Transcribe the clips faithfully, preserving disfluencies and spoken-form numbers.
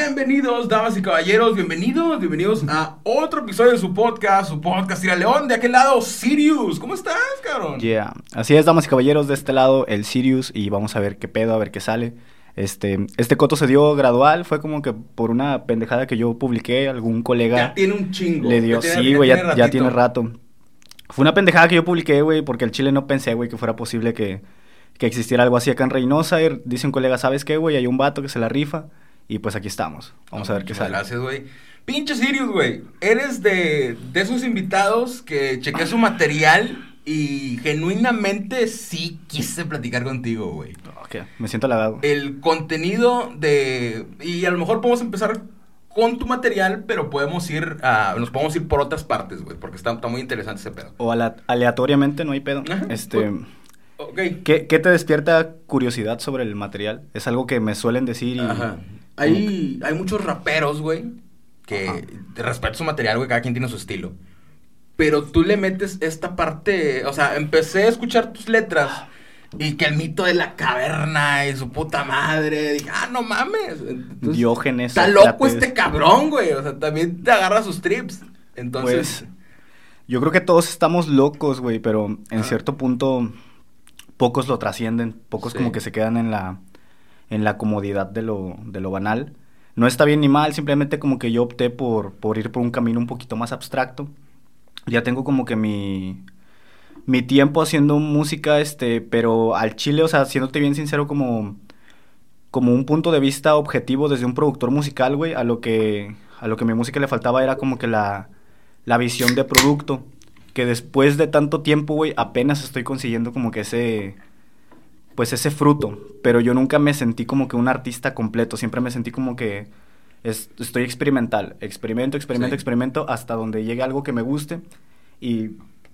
Bienvenidos, damas y caballeros, bienvenidos, bienvenidos a otro episodio de su podcast, su podcast Tira León, de aquel lado, Sirius. ¿Cómo estás, cabrón? Yeah, así es, damas y caballeros, de este lado, el Sirius, y vamos a ver qué pedo, a ver qué sale. Este, este coto se dio gradual, fue como que por una pendejada que yo publiqué, algún colega... Ya tiene un chingo. Le dio, tiene, sí, güey, ya, ya, ya tiene rato. Fue una pendejada que yo publiqué, güey, porque al chile no pensé, güey, que fuera posible que, que existiera algo así acá en Reynosa. Y dice un colega, ¿sabes qué, güey? Hay un vato que se la rifa. Y pues aquí estamos. Vamos no, a ver qué sale. Gracias, güey. Pinche Sirius, güey. Eres de, de esos invitados que chequé su material y genuinamente sí quise platicar contigo, güey. Ok, me siento halagado. El contenido de... Y a lo mejor podemos empezar con tu material, pero podemos ir a... Nos podemos ir por otras partes, güey, porque está, está muy interesante ese pedo. O ala, aleatoriamente, no hay pedo. Ajá, este... pues, okay. ¿Qué, ¿Qué te despierta curiosidad sobre el material? Es algo que me suelen decir y... Ajá. Hay, hay muchos raperos, güey, que te respeto su material, güey, cada quien tiene su estilo. Pero tú le metes esta parte, o sea, empecé a escuchar tus letras y que el mito de la caverna y su puta madre, dije, ah, no mames. Entonces, Diógenes. está loco este cabrón, güey, o sea, también te agarra sus trips. Entonces... Pues, yo creo que todos estamos locos, güey, pero en ah. cierto punto pocos lo trascienden, pocos sí. como que se quedan en la... en la comodidad de lo, de lo banal. No está bien ni mal, simplemente como que yo opté por, por ir por un camino un poquito más abstracto. Ya tengo como que mi, mi tiempo haciendo música, este, pero al chile, o sea, siéndote bien sincero, como, como un punto de vista objetivo desde un productor musical, güey, a lo que, a lo que mi música le faltaba era como que la, la visión de producto, que después de tanto tiempo, güey, apenas estoy consiguiendo como que ese... pues ese fruto, pero yo nunca me sentí como que un artista completo, siempre me sentí como que es, estoy experimental, experimento, experimento, sí. experimento, hasta donde llegue algo que me guste, y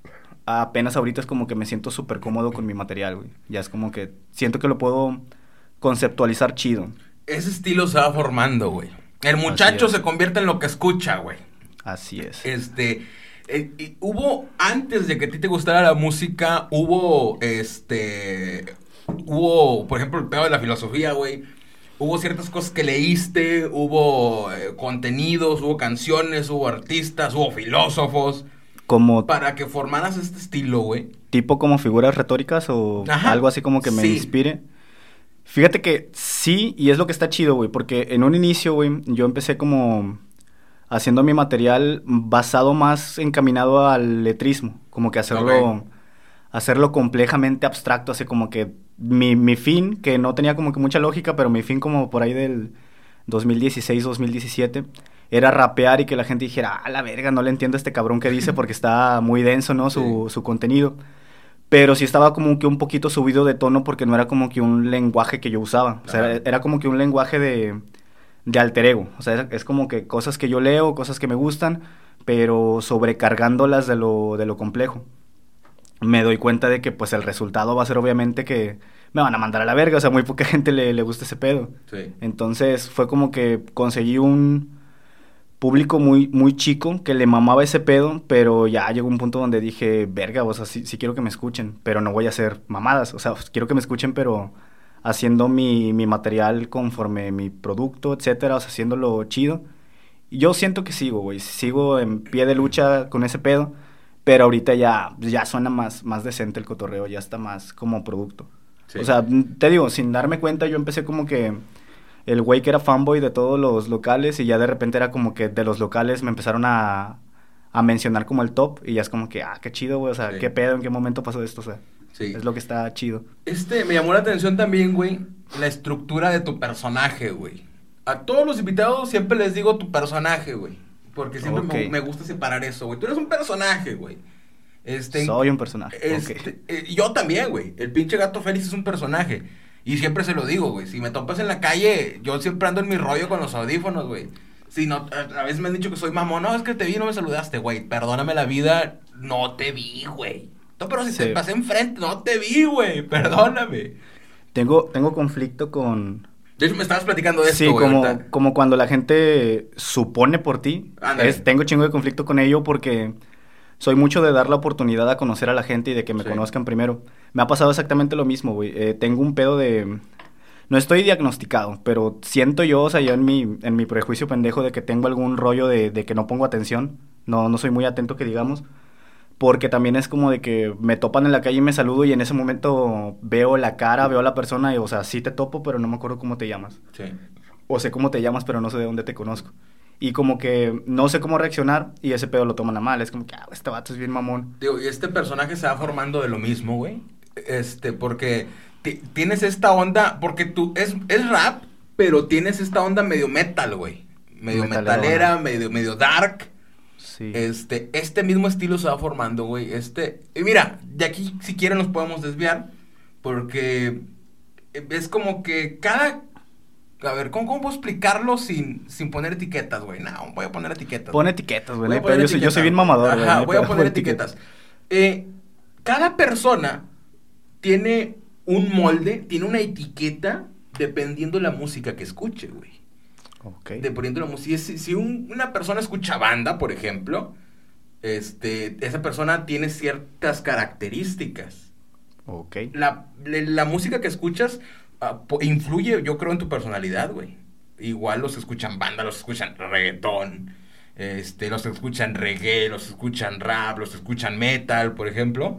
apenas ahorita es como que me siento súper cómodo con mi material, güey, ya es como que siento que lo puedo conceptualizar chido. Ese estilo se va formando, güey, el muchacho se convierte en lo que escucha, güey. Así es. Este... Eh, y hubo, antes de que a ti te gustara la música, hubo, este... Hubo, por ejemplo, el pedo de la filosofía, güey. Hubo ciertas cosas que leíste, hubo eh, contenidos, hubo canciones, hubo artistas, hubo filósofos. Como... Para que formaras este estilo, güey. ¿Tipo como figuras retóricas o Ajá, algo así como que me sí. inspire? Fíjate que sí, y es lo que está chido, güey, porque en un inicio, güey, yo empecé como... haciendo mi material basado más encaminado al letrismo, como que hacerlo, okay. hacerlo complejamente abstracto, así como que mi, mi fin, que no tenía como que mucha lógica, pero mi fin como por ahí del dos mil dieciséis, dos mil diecisiete, era rapear y que la gente dijera, ah, la verga, no le entiendo a este cabrón que dice porque está muy denso, ¿no? Su, sí. su contenido. Pero sí estaba como que un poquito subido de tono porque no era como que un lenguaje que yo usaba, o sea, era, era como que un lenguaje de... de alter ego, o sea, es como que cosas que yo leo, cosas que me gustan, pero sobrecargándolas de lo, de lo complejo. Me doy cuenta de que, pues, el resultado va a ser obviamente que me van a mandar a la verga, o sea, muy poca gente le, le gusta ese pedo. Sí. Entonces, fue como que conseguí un público muy, muy chico que le mamaba ese pedo, pero ya llegó un punto donde dije, verga, o sea, sí, sí quiero que me escuchen, pero no voy a hacer mamadas, o sea, quiero que me escuchen, pero... haciendo mi, mi material conforme mi producto, etcétera, o sea, haciéndolo chido. Y yo siento que sigo, güey, sigo en pie de lucha con ese pedo, pero ahorita ya, ya suena más, más decente el cotorreo, ya está más como producto. Sí. O sea, te digo, sin darme cuenta, yo empecé como que el güey que era fanboy de todos los locales y ya de repente era como que de los locales me empezaron a, a mencionar como el top y ya es como que, ah, qué chido, güey, o sea, sí. qué pedo, en qué momento pasó esto, o sea. Sí. Es lo que está chido. Este, me llamó la atención también, güey, la estructura de tu personaje, güey. A todos los invitados siempre les digo tu personaje, güey. Porque siempre okay. me, me gusta separar eso, güey. Tú eres un personaje, güey. Este, Soy un personaje, este, okay. eh, Yo también, güey. El pinche Gato Félix es un personaje. Y siempre se lo digo, güey. Si me topas en la calle, yo siempre ando en mi rollo con los audífonos, güey. Si no, a, a veces me han dicho que soy mamón. No, es que te vi y no me saludaste, güey. Perdóname la vida, no te vi, güey. No, pero si sí. te pasé enfrente, no te vi, güey, perdóname. Tengo, tengo conflicto con... De hecho, me estabas platicando de esto, sí, güey. Sí, como, como cuando la gente supone por ti. Es, tengo chingo de conflicto con ello porque soy mucho de dar la oportunidad a conocer a la gente y de que me sí. conozcan primero. Me ha pasado exactamente lo mismo, güey. Eh, tengo un pedo de... no estoy diagnosticado, pero siento yo, o sea, yo en mi, en mi prejuicio pendejo de que tengo algún rollo de, de que no pongo atención, no, no soy muy atento que digamos, porque también es como de que me topan en la calle y me saludo y en ese momento veo la cara, veo a la persona y, o sea, sí te topo, pero no me acuerdo cómo te llamas. Sí. O sé cómo te llamas, pero no sé de dónde te conozco. Y como que no sé cómo reaccionar y ese pedo lo toman a mal. Es como que, ah, este vato es bien mamón. Digo, y este personaje se va formando de lo mismo, güey. Este, porque ti- tienes esta onda, porque tú, es, es rap, pero tienes esta onda medio metal, güey. Medio Metalero, metalera, ¿no? medio, medio dark. Sí. Este, este mismo estilo se va formando, güey. Este, y mira, de aquí si quieren nos podemos desviar, porque es como que cada, a ver, ¿cómo, cómo puedo explicarlo sin, sin poner etiquetas, güey? No, voy a poner etiquetas. Pon güey. etiquetas, güey. Voy no a hay poner pedo, Yo, soy- yo soy bien etiquetas, güey. mamador, güey. no Ajá, hay voy a pedo, poner pon etiquetas. etiquetas. Eh, cada persona tiene un molde, tiene una etiqueta dependiendo de la música que escuche, güey. Ok. Dependiendo de la música. Si, si un- una persona escucha banda, por ejemplo, este, esa persona tiene ciertas características. Ok. La, la, la música que escuchas ah, po- influye, yo creo, en tu personalidad, güey. Igual los que escuchan banda, los que escuchan reggaetón, este, los que escuchan reggae, los que escuchan rap, los que escuchan metal, por ejemplo.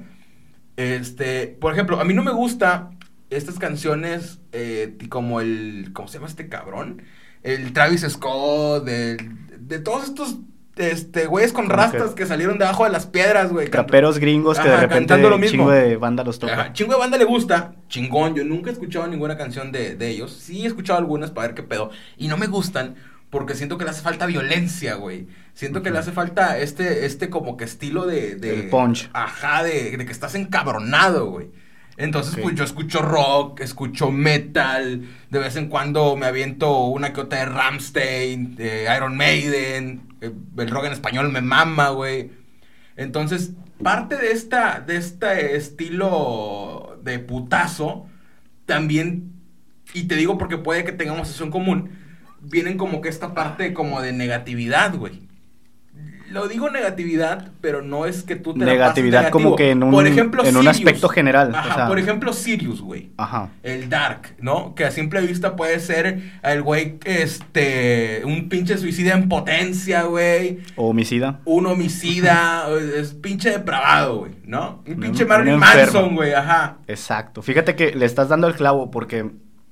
Este, por ejemplo, a mí no me gusta estas canciones eh, como el, ¿cómo se llama este cabrón? El Travis Scott, el- de todos estos, este, güeyes con Como rastas que- que salieron debajo de las piedras, güey. canta- Traperos gringos que de Ajá, repente cantando lo mismo. chingo de banda los toca. Ajá, chingo de banda le gusta, chingón, yo nunca he escuchado ninguna canción de, de ellos, sí he escuchado algunas para ver qué pedo, y no me gustan porque siento que le hace falta violencia, güey, siento que le hace falta este, este como que estilo de... de El punch. Ajá, de, de que estás encabronado, güey. Entonces, Ok. pues yo escucho rock, escucho metal, de vez en cuando me aviento una que otra de Rammstein, de Iron Maiden, eh, el rock en español me mama, güey. Entonces, parte de esta, de este estilo de putazo, también, y te digo porque puede que tengamos eso en común, vienen como que esta parte como de negatividad, güey. Lo digo negatividad, pero no es que tú te la pases Negatividad como negativo. que en un- por ejemplo, en un Sirius. aspecto general, o Ajá, sea. por ejemplo, Sirius, güey. Ajá. El Dark, ¿no? Que a simple vista puede ser el güey, este, un pinche suicida en potencia, güey. O homicida. Un homicida, es pinche depravado, güey, ¿no? Un Un- pinche un Marilyn enfermo. Manson, güey, ajá. Exacto. Fíjate que le estás dando el clavo porque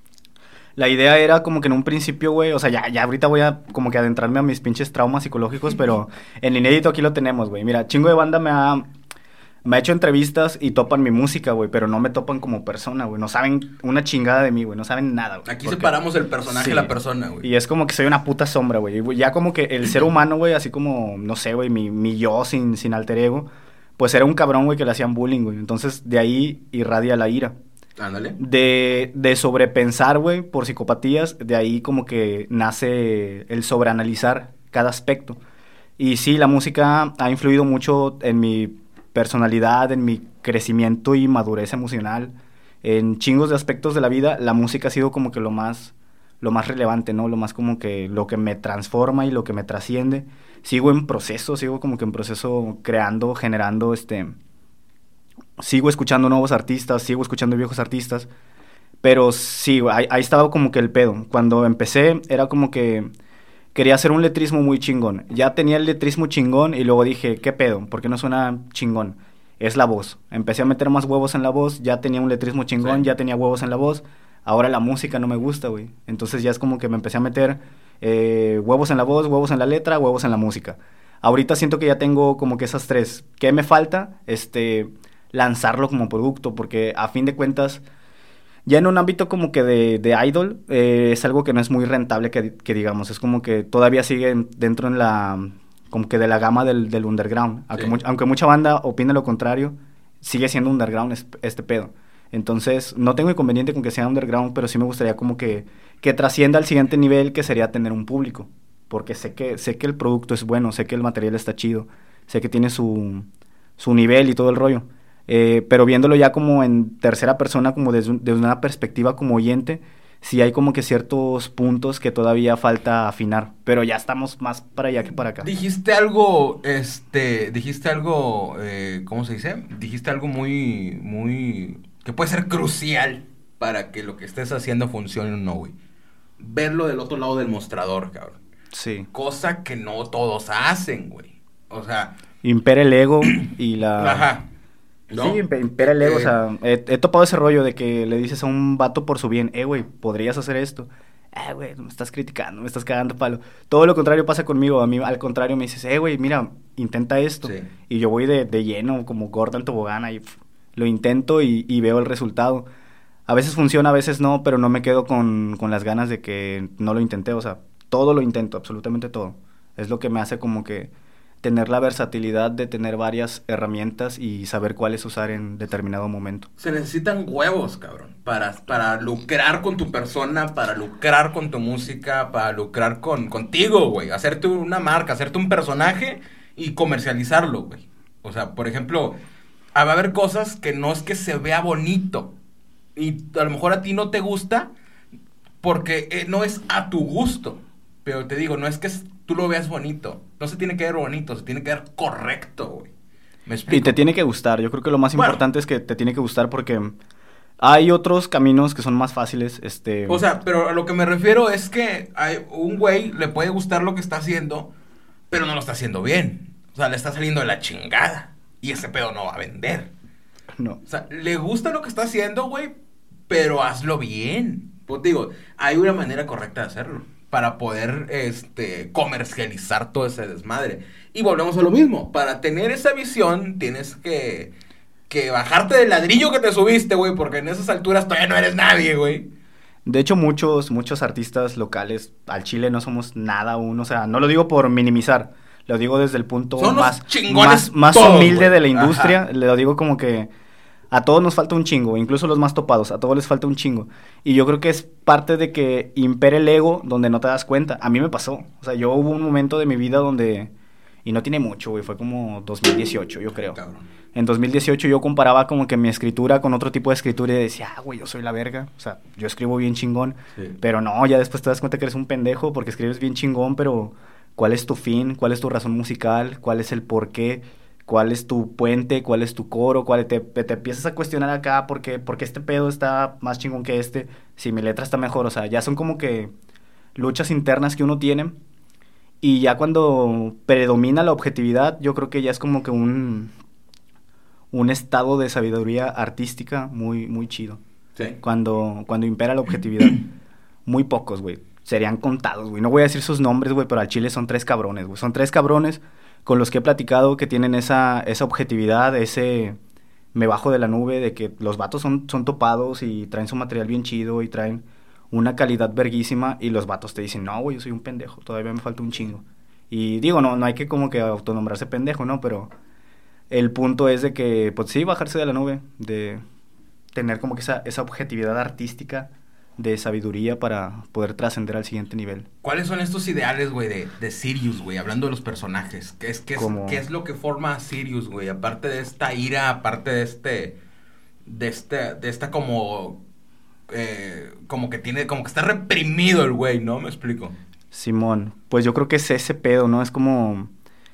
la idea era como que en un principio, güey, o sea, ya, ya ahorita voy a como que adentrarme a mis pinches traumas psicológicos, pero en inédito aquí lo tenemos, güey. Mira, chingo de banda me ha, me ha hecho entrevistas y topan mi música, güey, pero no me topan como persona, güey. No saben una chingada de mí, güey, no saben nada, güey. Aquí Porque- separamos el personaje Sí. de la persona, güey. Y es como que soy una puta sombra, güey. Y ya como que el ser humano, güey, así como, no sé, güey, mi, mi yo sin, sin alter ego, pues era un cabrón, güey, que le hacían bullying, güey. Entonces, de ahí irradia la ira. Ándale. De, de sobrepensar, güey, por psicopatías, de ahí como que nace el sobreanalizar cada aspecto. Y sí, la música ha influido mucho en mi personalidad, en mi crecimiento y madurez emocional. En chingos de aspectos de la vida, la música ha sido como que lo más, lo más relevante, ¿no? Lo más como que lo que me transforma y lo que me trasciende. Sigo en proceso, sigo como que en proceso creando, generando, este... Sigo escuchando nuevos artistas, sigo escuchando viejos artistas, pero sí, ahí, ahí estaba como que el pedo. Cuando empecé era como que quería hacer un letrismo muy chingón. Ya tenía el letrismo chingón y luego dije, ¿qué pedo? ¿Por qué no suena chingón? Es la voz. Empecé a meter más huevos en la voz, ya tenía un letrismo chingón, Sí. ya tenía huevos en la voz. Ahora la música no me gusta, güey. Entonces ya es como que me empecé a meter eh, huevos en la voz, huevos en la letra, huevos en la música. Ahorita siento que ya tengo como que esas tres. ¿Qué me falta? Este... lanzarlo como producto, porque a fin de cuentas, ya en un ámbito como que de, de idol, eh, es algo que no es muy rentable, que, que digamos, es como que todavía sigue en- dentro en la, como que de la gama del, del underground, aunque, Sí. much- aunque mucha banda opine lo contrario, sigue siendo underground es- este pedo. Entonces, no tengo inconveniente con que sea underground, pero sí me gustaría como que, que trascienda al siguiente nivel, que sería tener un público, porque sé que, sé que el producto es bueno, sé que el material está chido, sé que tiene su, su nivel y todo el rollo. Eh, pero viéndolo ya como en tercera persona, como desde, un- desde una perspectiva como oyente, sí hay como que ciertos puntos que todavía falta afinar, pero ya estamos más para allá que para acá. Dijiste algo, este, dijiste algo, eh, ¿cómo se dice? Dijiste algo muy, muy, que puede ser crucial para que lo que estés haciendo funcione o no, güey. Verlo del otro lado del mostrador, cabrón. Sí. Cosa que no todos hacen, güey. O sea... Impera el ego y la... Ajá. ¿No? Sí, imp- impera el ego, Eh, o sea, he, he topado ese rollo de que le dices a un vato por su bien, eh, güey, podrías hacer esto. Eh, güey, me estás criticando, me estás cagando palo. Todo lo contrario pasa conmigo, a mí al contrario me dices, eh, güey, mira, intenta esto. Sí. Y yo voy de, de lleno, como gorda en tobogán, y pff, lo intento y, y veo el resultado. A veces funciona, a veces no, pero no me quedo con, con las ganas de que no lo intenté, o sea, todo lo intento, absolutamente todo. Es lo que me hace como que tener la versatilidad de tener varias herramientas y saber cuáles usar en determinado momento. Se necesitan huevos, cabrón, para, para lucrar con tu persona, para lucrar con tu música, para lucrar con contigo, güey. Hacerte una marca, hacerte un personaje y comercializarlo, güey. O sea, por ejemplo, va a haber cosas que no es que se vea bonito y a lo mejor a ti no te gusta porque eh, no es a tu gusto. Pero te digo, no es que tú lo veas bonito. No se tiene que ver bonito, se tiene que ver correcto, güey. ¿Me explico? Y te tiene que gustar. Yo creo que lo más Bueno. importante es que te tiene que gustar porque hay otros caminos que son más fáciles. Este... O sea, pero a lo que me refiero es que hay un güey le puede gustar lo que está haciendo, pero no lo está haciendo bien. O sea, le está saliendo de la chingada. Y ese pedo no va a vender. no. O sea, le gusta lo que está haciendo, güey, pero hazlo bien. Pues digo, hay una manera correcta de hacerlo para poder este, comercializar todo ese desmadre. Y volvemos a lo mismo. Para tener esa visión tienes que, que bajarte del ladrillo que te subiste, güey, porque en esas alturas todavía no eres nadie, güey. De hecho, muchos, muchos artistas locales al Chile no somos nada aún. O sea, no lo digo por minimizar. Lo digo desde el punto Son unos más, chingones más, más todos, humilde güey. de la industria. Ajá. Lo digo como que a todos nos falta un chingo, incluso los más topados, a todos les falta un chingo. Y yo creo que es parte de que impere el ego donde no te das cuenta. A mí me pasó. O sea, yo hubo un momento de mi vida donde... Y no tiene mucho, güey. Fue como dos mil dieciocho, yo creo. Cabrón. En dos mil dieciocho yo comparaba como que mi escritura con otro tipo de escritura y decía, ah, güey, yo soy la verga. O sea, yo escribo bien chingón. Sí. Pero no, ya después te das cuenta que eres un pendejo porque escribes bien chingón, pero ¿cuál es tu fin? ¿Cuál es tu razón musical? ¿Cuál es el porqué? ¿Cuál es tu puente? ¿Cuál es tu coro? ¿Cuál te, te empiezas a cuestionar acá por qué, por qué este pedo está más chingón que este? Si mi letra está mejor. O sea, ya son como que luchas internas que uno tiene. Y ya cuando predomina la objetividad, yo creo que ya es como que un, un estado de sabiduría artística muy, muy chido. Sí. Cuando, cuando impera la objetividad. Muy pocos, güey. Serían contados, güey. No voy a decir sus nombres, güey, pero al Chile son tres cabrones, güey. Son tres cabrones con los que he platicado que tienen esa, esa objetividad, ese me bajo de la nube, de que los vatos son, son topados y traen su material bien chido y traen una calidad verguísima y los vatos te dicen, no, güey, yo soy un pendejo, todavía me falta un chingo. Y digo, no, no hay que como que autonombrarse pendejo, ¿no? Pero el punto es de que, pues sí, bajarse de la nube, de tener como que esa, esa objetividad artística de sabiduría para poder trascender al siguiente nivel. ¿Cuáles son estos ideales, güey, de, de Sirius, güey? Hablando de los personajes. ¿Qué es, qué, es, Como... ¿Qué es lo que forma a Sirius, güey? Aparte de esta ira, aparte de este... De este... De esta como... Eh, como que tiene... Como que está reprimido el güey, ¿no? Me explico. Simón, pues yo creo que es ese pedo, ¿no? Es como...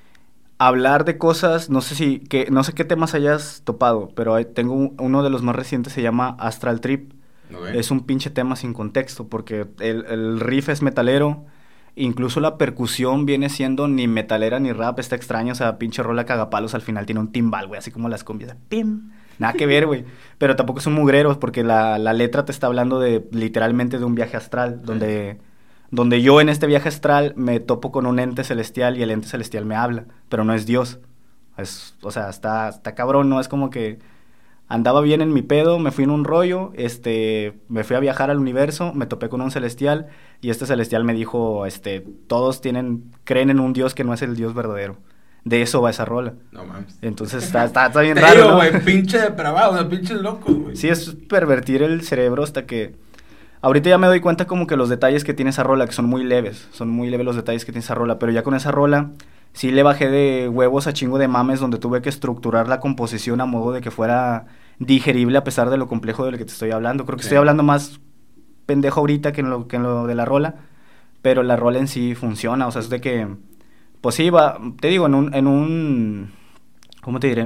hablar de cosas, no sé si... que no sé qué temas hayas topado, pero hay, tengo un, uno de los más recientes, se llama Astral Trip. Okay. Es un pinche tema sin contexto, porque el, el riff es metalero, incluso la percusión viene siendo ni metalera ni rap, está extraño, o sea, pinche rola cagapalos al final tiene un timbal, güey, así como las cumbias, pim, nada que ver, güey, pero tampoco es un mugrero, porque la, la letra te está hablando de, literalmente de un viaje astral, donde, donde yo en este viaje astral me topo con un ente celestial y el ente celestial me habla, pero no es Dios, es, o sea, está, está cabrón, ¿no? Es como que... andaba bien en mi pedo, me fui en un rollo, este, me fui a viajar al universo, me topé con un celestial y este celestial me dijo, este, todos tienen, creen en un Dios que no es el Dios verdadero. De eso va esa rola. No mames. Entonces está, está, está bien Te raro, digo, ¿no? güey, pinche depravado, o sea, pinche loco, güey. Sí, es pervertir el cerebro hasta que... Ahorita ya me doy cuenta como que los detalles que tiene esa rola, que son muy leves, son muy leves los detalles que tiene esa rola, pero ya con esa rola sí le bajé de huevos a chingo de mames donde tuve que estructurar la composición a modo de que fuera digerible a pesar de lo complejo de lo que te estoy hablando. Creo que Sí. estoy hablando más pendejo ahorita que en, lo, que en lo de la rola, pero la rola en sí funciona, o sea, es de que, pues sí, va, te digo, en un, en un, ¿cómo te diré?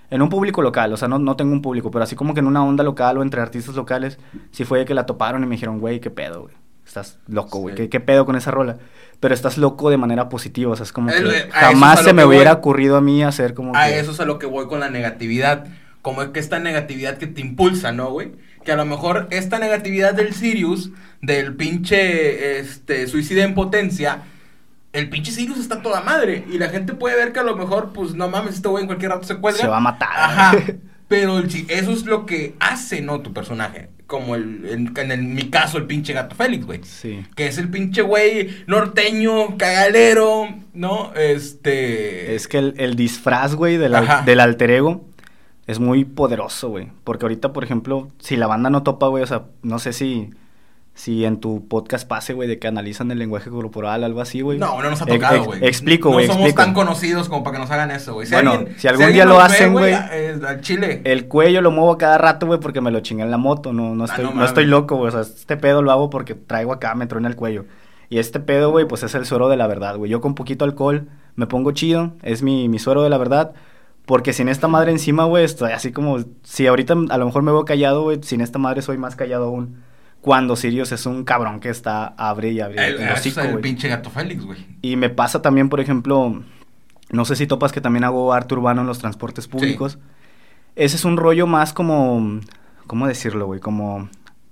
En un público local, o sea, no, no tengo un público, pero así como que en una onda local o entre artistas locales, sí fue de que la toparon y me dijeron, güey, qué pedo, güey. Estás loco, güey. Sí. ¿Qué, ¿Qué pedo con esa rola? Pero estás loco de manera positiva, o sea, es como el, que jamás se me hubiera voy, ocurrido a mí hacer como a que... eso es a lo que voy con la negatividad. Como es que esta negatividad que te impulsa, ¿no, güey? Que a lo mejor esta negatividad del Sirius, del pinche este, suicida en potencia, el pinche Sirius está toda madre. Y la gente puede ver que a lo mejor, pues, no mames, este güey en cualquier rato se cuelga. Se va a matar. Ajá. Pero el, eso es lo que hace, ¿no? Tu personaje. Como el, el, en, el, en mi caso, el pinche Gato Félix, güey. Sí. Que es el pinche güey norteño, cagalero, ¿no? Este... Es que el, el disfraz, güey, del, del alter ego es muy poderoso, güey. Porque ahorita, por ejemplo, si la banda no topa, güey, o sea, no sé si... Si en tu podcast pase, güey, de que analizan el lenguaje corporal, algo así, güey. No, no nos ha tocado, güey. Ex, explico, güey, No somos explico. tan conocidos como para que nos hagan eso, güey. Si bueno, alguien, si algún si día lo hacen, güey, güey, al chile. El cuello lo muevo cada rato, güey, porque me lo chingué en la moto. No, no estoy, ah, no, no estoy loco, güey. O sea, este pedo lo hago porque traigo acá, me truena el cuello. Y este pedo, güey, pues es el suero de la verdad, güey. Yo con poquito alcohol me pongo chido. Es mi, mi suero de la verdad. Porque sin esta madre encima, güey, estoy así como... Si ahorita a lo mejor me veo callado, güey, sin esta madre soy más callado aún. Cuando Sirius es un cabrón que está abre y abre el, el hocico, el pinche Gato Félix, güey. Y me pasa también, por ejemplo, no sé si topas que también hago arte urbano en los transportes públicos. Sí. Ese es un rollo más como, ¿cómo decirlo, güey? Como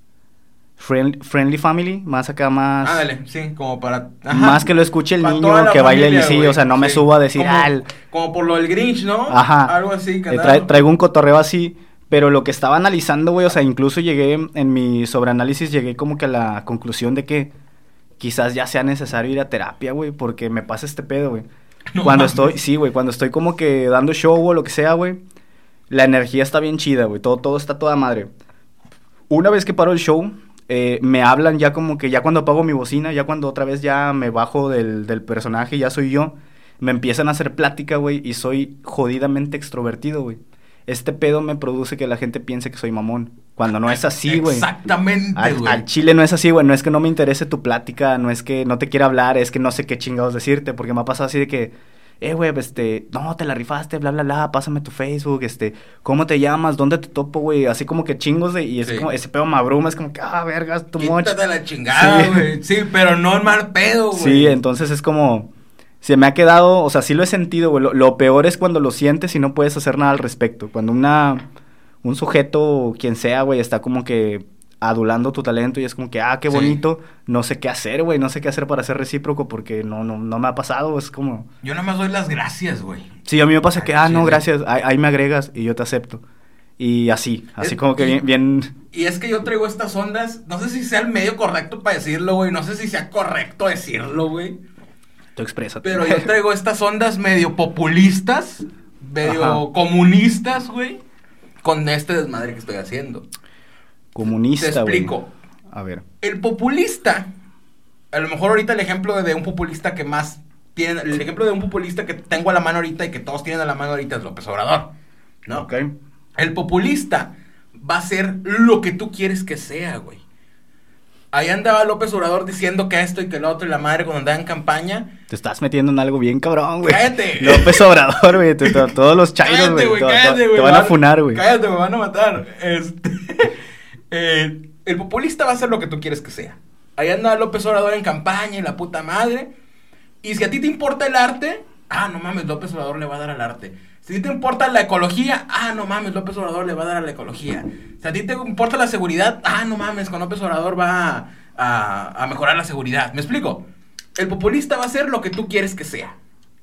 friend, friendly family, más acá más... Ah, dale, sí, como para... Ajá. Más que lo escuche el para niño, que baile el sí, o sea, no sí. me subo a decir... Como, ah, el... como por lo del Grinch, ¿no? Ajá. Algo así. Eh, tra traigo un cotorreo así... Pero lo que estaba analizando, güey, o sea, incluso llegué en mi sobreanálisis, llegué como que a la conclusión de que quizás ya sea necesario ir a terapia, güey, porque me pasa este pedo, güey. No cuando mames. estoy, sí, güey, cuando estoy como que dando show o lo que sea, güey, la energía está bien chida, güey, todo, todo está toda madre. Una vez que paro el show, eh, me hablan ya como que ya cuando apago mi bocina, ya cuando otra vez ya me bajo del, del personaje, ya soy yo, me empiezan a hacer plática, güey, y soy jodidamente extrovertido, güey. Este pedo me produce que la gente piense que soy mamón. Cuando no es así, güey. Exactamente, güey. Al, al chile no es así, güey. No es que no me interese tu plática, no es que no te quiera hablar, es que no sé qué chingados decirte. Porque me ha pasado así de que, eh, güey, este, no, te la rifaste, bla, bla, bla, pásame tu Facebook, este, ¿cómo te llamas? ¿Dónde te topo, güey? Así como que chingos de, y es sí. como, ese pedo me abruma, es como que, ah, vergas, tu moch. Quítate la chingada, güey. Sí. sí, pero no en mal pedo, güey. Sí, entonces es como... Se me ha quedado, o sea, sí lo he sentido, güey. Lo, lo peor es cuando lo sientes y no puedes hacer nada al respecto. Cuando una, un sujeto, quien sea, güey, está como que adulando tu talento y es como que, ah, qué bonito. Sí. No sé qué hacer, güey. No sé qué hacer para ser recíproco porque no, no, no me ha pasado. Es como... Yo nada más doy las gracias, güey. Sí, a mí me pasa Ay, que, ah, no, gracias. Ahí, ahí me agregas y yo te acepto. Y así, así es, como que bien, bien... Y es que yo traigo estas ondas, no sé si sea el medio correcto para decirlo, güey. No sé si sea correcto decirlo, güey. Tú exprésate. Pero yo traigo estas ondas medio populistas, medio Ajá. comunistas, güey, con este desmadre que estoy haciendo. Comunista, Te explico. Güey. A ver. El populista, a lo mejor ahorita el ejemplo de un populista que más tiene, el ejemplo de un populista que tengo a la mano ahorita y que todos tienen a la mano ahorita es López Obrador, ¿no? Ok. El populista va a ser lo que tú quieres que sea, güey. Ahí andaba López Obrador diciendo que esto y que lo otro y la madre cuando andaba en campaña. Te estás metiendo en algo bien cabrón, güey. ¡Cállate! López Obrador, güey. Todos los chairos, güey. Cállate, cállate, güey. Te van a funar, güey. Cállate, me van a matar. Este, eh, el populista va a ser lo que tú quieres que sea. Ahí andaba López Obrador en campaña y la puta madre. Y si a ti te importa el arte, ah, no mames, López Obrador le va a dar al arte. Si a ti te importa la ecología, ah, no mames, López Obrador le va a dar a la ecología. Si a ti te importa la seguridad, ah, no mames, con López Obrador va a, a, a mejorar la seguridad. ¿Me explico? El populista va a ser lo que tú quieres que sea.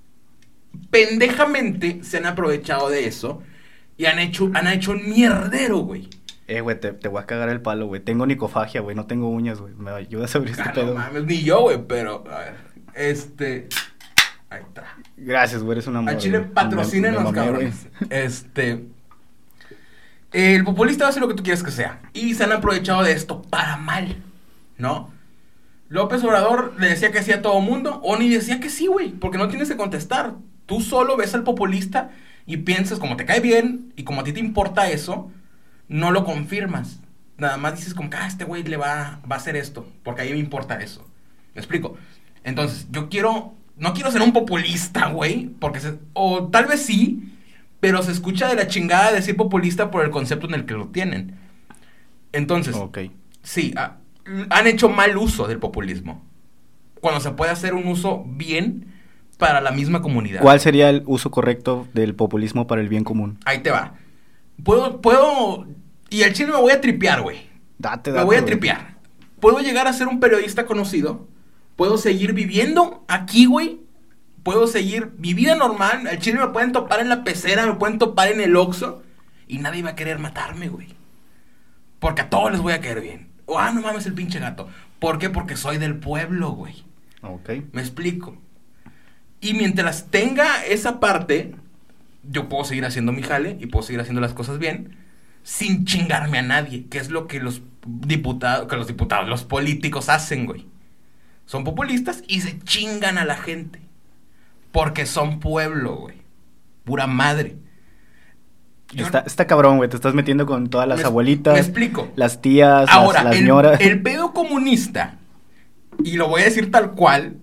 Pendejamente se han aprovechado de eso y han hecho, han hecho un mierdero, güey. Eh, güey, te, te voy a cagar el palo, güey. Tengo nicofagia, güey, no tengo uñas, güey. ¿Me ayudas a abrir este ah, pedo? No mames, ni yo, güey, pero, a ver, este... Ahí está. Gracias, güey, eres una amor. A Chile, patrocínenos, cabrones. Este... El populista va a hacer lo que tú quieres que sea. Y se han aprovechado de esto para mal, ¿no? López Obrador le decía que sí a todo mundo, o ni decía que sí, güey, porque no tienes que contestar. Tú solo ves al populista y piensas, como te cae bien, y como a ti te importa eso, no lo confirmas. Nada más dices como que, ah, este güey le va, va a hacer esto, porque a mí me importa eso. ¿Me explico? Entonces, yo quiero... No quiero ser un populista, güey, porque... Se, o tal vez sí, pero se escucha de la chingada decir populista por el concepto en el que lo tienen. Entonces, Ok. sí, ha- han hecho mal uso del populismo. Cuando se puede hacer un uso bien para la misma comunidad. ¿Cuál sería el uso correcto del populismo para el bien común? Ahí te va. Puedo, puedo, y al chile me voy a tripear, güey. Date, Me date. voy a güey. tripear. Puedo llegar a ser un periodista conocido. Puedo seguir viviendo aquí, güey. Puedo seguir mi vida normal. Al chile me pueden topar en la pecera, me pueden topar en el Oxxo. Y nadie va a querer matarme, güey. Porque a todos les voy a caer bien. O, ah, no mames, el pinche gato. ¿Por qué? Porque soy del pueblo, güey. Ok. Me explico. Y mientras tenga esa parte, yo puedo seguir haciendo mi jale y puedo seguir haciendo las cosas bien sin chingarme a nadie, que es lo que los diputados, que los diputados, los políticos hacen, güey. Son populistas y se chingan a la gente. Porque son pueblo, güey. Pura madre. Yo Está, está cabrón, güey. Te estás metiendo con todas las me, abuelitas. Me explico. Las tías, Ahora, las, las el, señoras. el pedo comunista, y lo voy a decir tal cual,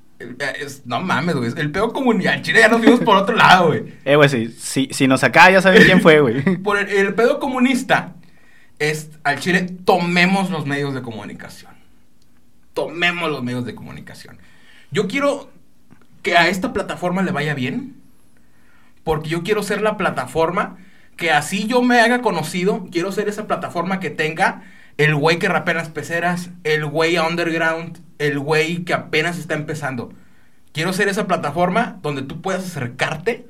es, no mames, güey. El pedo comunista, al chile ya nos fuimos por otro lado, güey. Eh, güey, si, si, si nos acá ya saben quién fue, güey. Por el, el pedo comunista es, al chile, tomemos los medios de comunicación. Tomemos los medios de comunicación. Yo quiero que a esta plataforma le vaya bien, porque yo quiero ser la plataforma que así yo me haga conocido. Quiero ser esa plataforma que tenga el güey que rapea en las peceras, el güey underground, el güey que apenas está empezando. Quiero ser esa plataforma donde tú puedas acercarte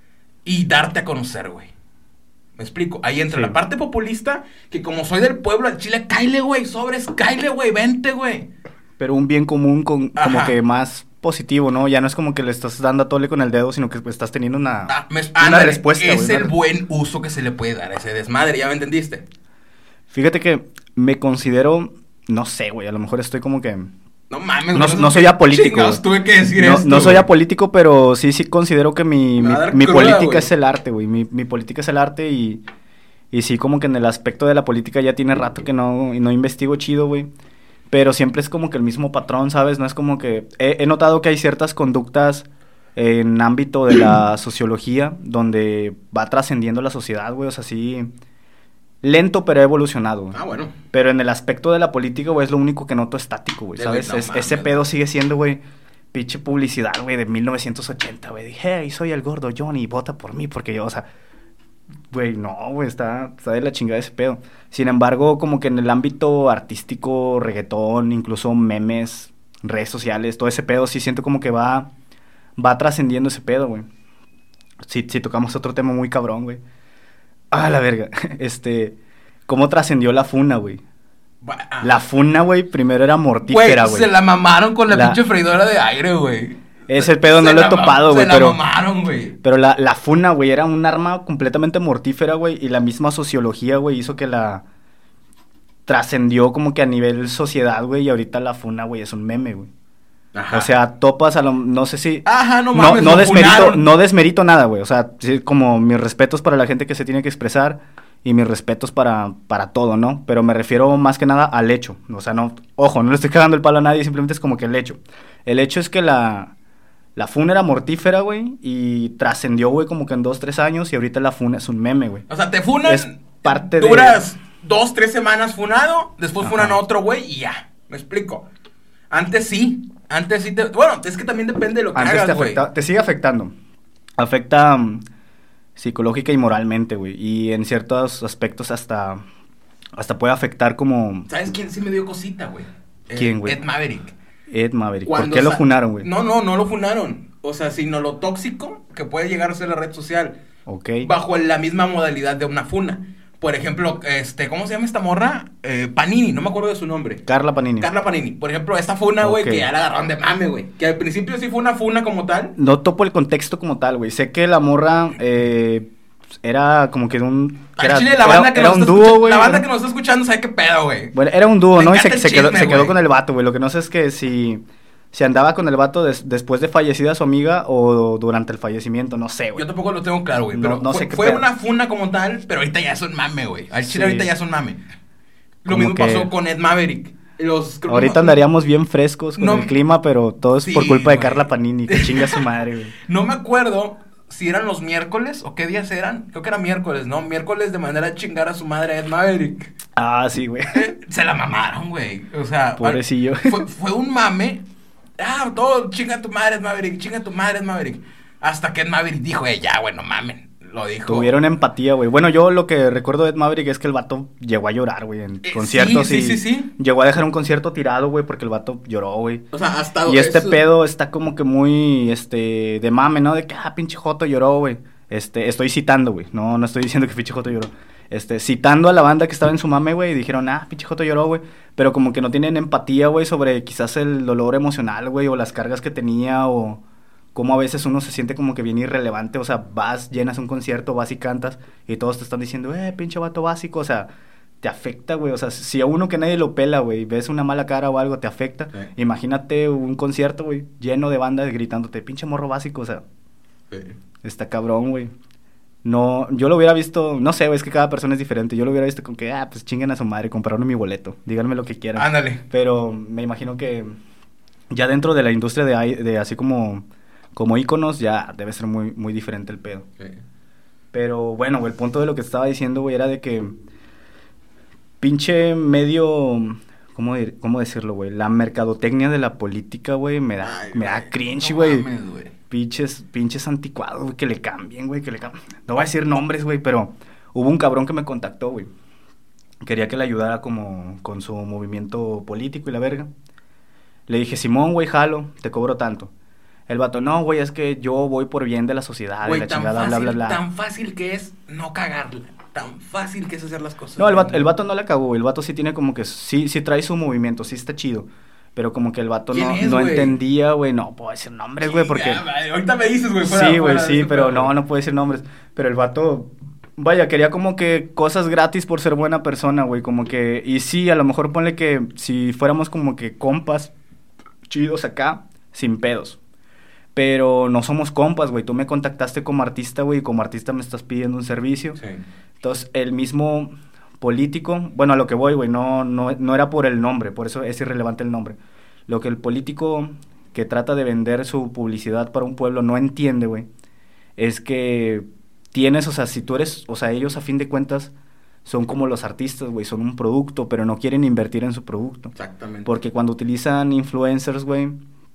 y darte a conocer, güey. ¿Me explico? Ahí entra Sí. la parte populista, que como soy del pueblo al chile, cáile, güey, sobres, cáile, güey, vente, güey. Pero un bien común con, como Ajá. que más positivo, ¿no? Ya no es como que le estás dando a tole con el dedo, sino que pues, estás teniendo una, Ah, me- una ándale, respuesta. es güey, el una- buen uso que se le puede dar a ese desmadre, ¿ya me entendiste? Fíjate que me considero, no sé, güey, a lo mejor estoy como que... No mames, No, güey, no soy apolítico, chingados güey. tuve que decir No, esto, no soy güey. apolítico, pero sí, sí considero que mi, Me mi, va a dar mi cruda, política güey. es el arte, güey. Mi, mi política es el arte y, y sí como que en el aspecto de la política ya tiene rato que no, no investigo chido, güey. Pero siempre es como que el mismo patrón, ¿sabes? No es como que... He, he notado que hay ciertas conductas en ámbito de la sociología donde va trascendiendo la sociedad, güey. O sea, sí... Lento, pero ha evolucionado, güey. Ah, bueno. Pero en el aspecto de la política, güey, es lo único que noto estático, güey, Sí, ¿sabes? güey, no Es- mames, ese pedo güey. sigue siendo, güey, pinche publicidad, güey, de mil novecientos ochenta, güey. Dije, hey, soy el gordo Johnny, vota por mí, porque yo, o sea... Güey, no, güey, está, está de la chingada ese pedo. Sin embargo, como que en el ámbito artístico, reggaetón, incluso memes, redes sociales, todo ese pedo, sí siento como que va, va trascendiendo ese pedo, güey. Si, si tocamos otro tema muy cabrón, güey. Ah, la verga. Este, ¿cómo trascendió la funa, güey? Va- ah. La funa, güey, primero era Güey, mortífera, güey. se la mamaron con la, La- pinche freidora de aire, güey. Ese pedo no Se lo he la ma- topado, güey, Se la pero... mamaron, güey. Pero la, la funa, güey, era un arma completamente mortífera, güey, y la misma sociología, güey, hizo que la trascendió como que a nivel sociedad, güey, y ahorita la funa, güey, es un meme, güey. Ajá. O sea, topas a lo, no sé si... Ajá, no no, mames, no lo desmerito, funaron. no desmerito nada, güey, o sea, sí, como mis respetos para la gente que se tiene que expresar y mis respetos para, para todo, ¿no? Pero me refiero más que nada al hecho, o sea, no, ojo, no le estoy cagando el palo a nadie, simplemente es como que el hecho. El hecho es que la... La funa era mortífera, güey, y trascendió, güey, como que en dos, tres años, y ahorita la funa es un meme, güey. O sea, te funan, Es parte de- duras dos, tres semanas funado, después Ajá. funan a otro güey y ya. Me explico. Antes sí, antes sí te... Bueno, es que también depende de lo que Antes te, hagas, güey. afecta, te sigue afectando. Afecta mm, psicológica y moralmente, güey, y en ciertos aspectos hasta, hasta puede afectar como ¿Sabes quién sí me dio cosita, güey? Eh, ¿Quién, güey? Ed Maverick. Ed Maverick. ¿Por Cuando qué lo sa- funaron, güey? No, no, no lo funaron. O sea, sino lo tóxico que puede llegar a ser la red social. Ok. Bajo la misma modalidad de una funa. Por ejemplo, este, ¿cómo se llama esta morra? Eh, Panini, no me acuerdo de su nombre. Carla Panini. Carla Panini. Por ejemplo, esta funa, güey, Ok. que ya la agarraron de mame, güey. Que al principio sí fue una funa como tal. No topo el contexto como tal, güey. Sé que la morra eh, era como que de un... que Al era, chile, la era- banda, que, era nos un está dúo, escucha- güey. la banda era- que nos está escuchando sabe qué pedo, güey. Bueno, era un dúo, Me ¿no? Y se, encanta se el quedó, chisme, se quedó güey. con el vato, güey. Lo que no sé es que si, si andaba con el vato des- después de fallecida su amiga o durante el fallecimiento, no sé, güey. Yo tampoco lo tengo claro, güey. No- Pero no fue, sé qué fue pedo. una funa como tal, pero ahorita ya es un mame, güey. Al chile Sí. ahorita ya es un mame. Lo Como mismo que- pasó con Ed Maverick. Los, creo que Ahorita no- andaríamos bien frescos con No- el clima, pero todo es Sí, por culpa de güey. Carla Panini, que chinga su madre, güey. No me acuerdo si eran los miércoles o qué días eran. Creo que era miércoles, ¿no? Miércoles de manera a chingar a su madre Ed Maverick. Ah, sí, güey. Se la mamaron, güey. O sea, pobrecillo. Fue, fue un mame. Ah, todo, chinga a tu madre Ed Maverick, chinga a tu madre Ed Maverick. Hasta que Ed Maverick dijo, eh, ya, güey, no mamen. Lo dijo. Tuvieron empatía, güey. Bueno, yo lo que recuerdo de Ed Maverick es que el vato llegó a llorar, güey, en eh, conciertos. Sí, y sí, sí, sí. Llegó a dejar un concierto tirado, güey, porque el vato lloró, güey. O sea, hasta... Y este eso... pedo está como que muy, este, de mame, ¿no? De que, ah, pinche Joto lloró, güey. Este, estoy citando, güey. No, no estoy diciendo que pinche Joto lloró. Este, citando a la banda que estaba en su mame, güey, y dijeron, ah, pinche Joto lloró, güey. Pero como que no tienen empatía, güey, sobre quizás el dolor emocional, güey, o las cargas que tenía, o... Como a veces uno se siente como que bien irrelevante, o sea, vas, llenas un concierto, vas y cantas, y todos te están diciendo, eh, pinche vato básico, o sea, te afecta, güey, o sea, si a uno que nadie lo pela, güey, ves una mala cara o algo, te afecta, sí. Imagínate un concierto, güey, lleno de bandas gritándote, pinche morro básico, o sea, sí. Está cabrón, güey. No, yo lo hubiera visto, no sé, güey, es que cada persona es diferente, yo lo hubiera visto con que, ah, pues chinguen a su madre, compraron mi boleto, díganme lo que quieran. Ándale. Pero me imagino que ya dentro de la industria de, de así como... Como íconos ya debe ser muy, muy diferente el pedo. Sí. Pero bueno, güey, el punto de lo que estaba diciendo, güey, era de que... Pinche medio... ¿Cómo, de, cómo decirlo, güey? La mercadotecnia de la política, güey, me da, Ay, me da cringe, güey. No pinches, pinches anticuados, güey, que le cambien, güey, que le cambien. No voy a decir nombres, güey, pero... Hubo un cabrón que me contactó, güey. Quería que le ayudara como con su movimiento político y la verga. Le dije, Simón, güey, jalo, te cobro tanto. El vato, no, güey, es que yo voy por bien de la sociedad, güey, de la tan chingada, fácil, bla, bla, bla. Tan fácil que es no cagarla, tan fácil que es hacer las cosas. No, el vato, el vato no la cagó, güey, el vato sí tiene como que, sí, sí trae su movimiento, sí está chido. Pero como que el vato no, es, no entendía, güey, no puedo decir nombres, güey, porque... Ya, ahorita me dices, güey, fuera, Sí, güey, sí, pero no, no puedo decir nombres. Pero el vato, vaya, quería como que cosas gratis por ser buena persona, güey, como que... Y sí, a lo mejor ponle que si fuéramos como que compas chidos acá, sin pedos. Pero no somos compas, güey. Tú me contactaste como artista, güey, y como artista me estás pidiendo un servicio. Sí. Entonces, el mismo político... Bueno, a lo que voy, güey, no, no, no era por el nombre, por eso es irrelevante el nombre. Lo que el político que trata de vender su publicidad para un pueblo no entiende, güey, es que tienes, o sea, si tú eres... O sea, ellos a fin de cuentas son como los artistas, güey, son un producto, pero no quieren invertir en su producto. Exactamente. Porque cuando utilizan influencers, güey...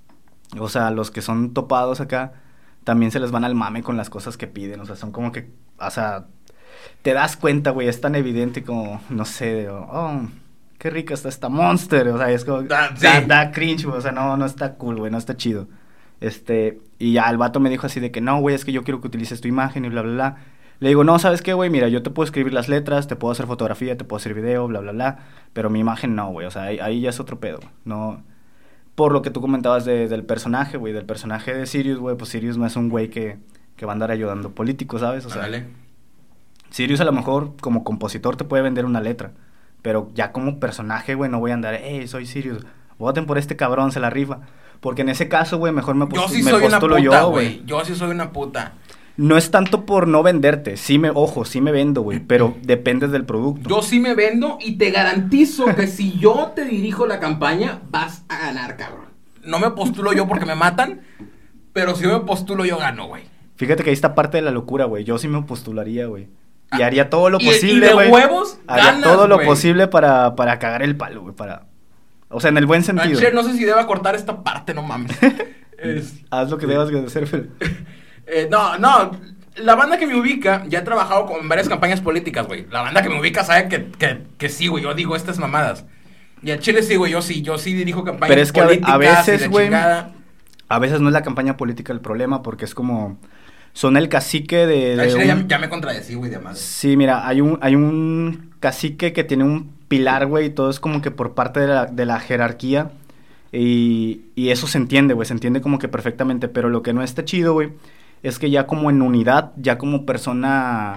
O sea, los que son topados acá, también se les van al mame con las cosas que piden. O sea, son como que, o sea, te das cuenta, güey, es tan evidente como, no sé, de, oh, qué rica está esta Monster. O sea, es como, da, sí. da, da cringe, güey, o sea, no, no está cool, güey, no está chido. Este, y ya el vato me dijo así de que, no, güey, es que yo quiero que utilices tu imagen y bla, bla, bla. Le digo, no, ¿sabes qué, güey? Mira, yo te puedo escribir las letras, te puedo hacer fotografía, te puedo hacer video, bla, bla, bla. Pero mi imagen no, güey, o sea, ahí, ahí ya es otro pedo, güey, no... Por lo que tú comentabas de, del personaje, güey, del personaje de Sirius, güey, pues Sirius no es un güey que, que va a andar ayudando políticos, ¿sabes? O sea, Dale. Sirius a lo mejor como compositor te puede vender una letra, pero ya como personaje, güey, no voy a andar, hey, soy Sirius, voten por este cabrón, se la rifa. Porque en ese caso, güey, mejor me, postu- yo sí me soy postulo una puta, yo, güey. Yo sí soy una puta. No es tanto por no venderte, sí me, ojo, sí me vendo, güey, pero depende del producto. Yo sí me vendo y te garantizo que si yo te dirijo la campaña, vas a ganar, cabrón. No me postulo yo porque me matan, pero si yo me postulo yo gano, güey. Fíjate que ahí está parte de la locura, güey, yo sí me postularía, güey. Y haría todo lo posible, güey. ¿Y de huevos? Haría ganas, todo lo wey. posible para, para cagar el palo, güey, para... O sea, en el buen sentido. Manche, no sé si deba cortar esta parte, no mames. es... Haz lo que debas de hacer, pero... Eh, no, no, la banda que me ubica, ya he trabajado con varias campañas políticas, güey. La banda que me ubica sabe que, que, que sí, güey, yo digo estas mamadas. Y al chile sí, güey, yo sí, yo sí dirijo campañas Pero es que políticas. A veces, güey, a veces no es la campaña política el problema, porque es como, son el cacique de... de al chile un... ya, ya me contradecí, güey, de madre. Sí, mira, hay un, hay un cacique que tiene un pilar, güey, y todo es como que por parte de la, de la jerarquía. Y, y eso se entiende, güey, se entiende como que perfectamente, pero lo que no está chido, güey, es que ya como en unidad, ya como persona,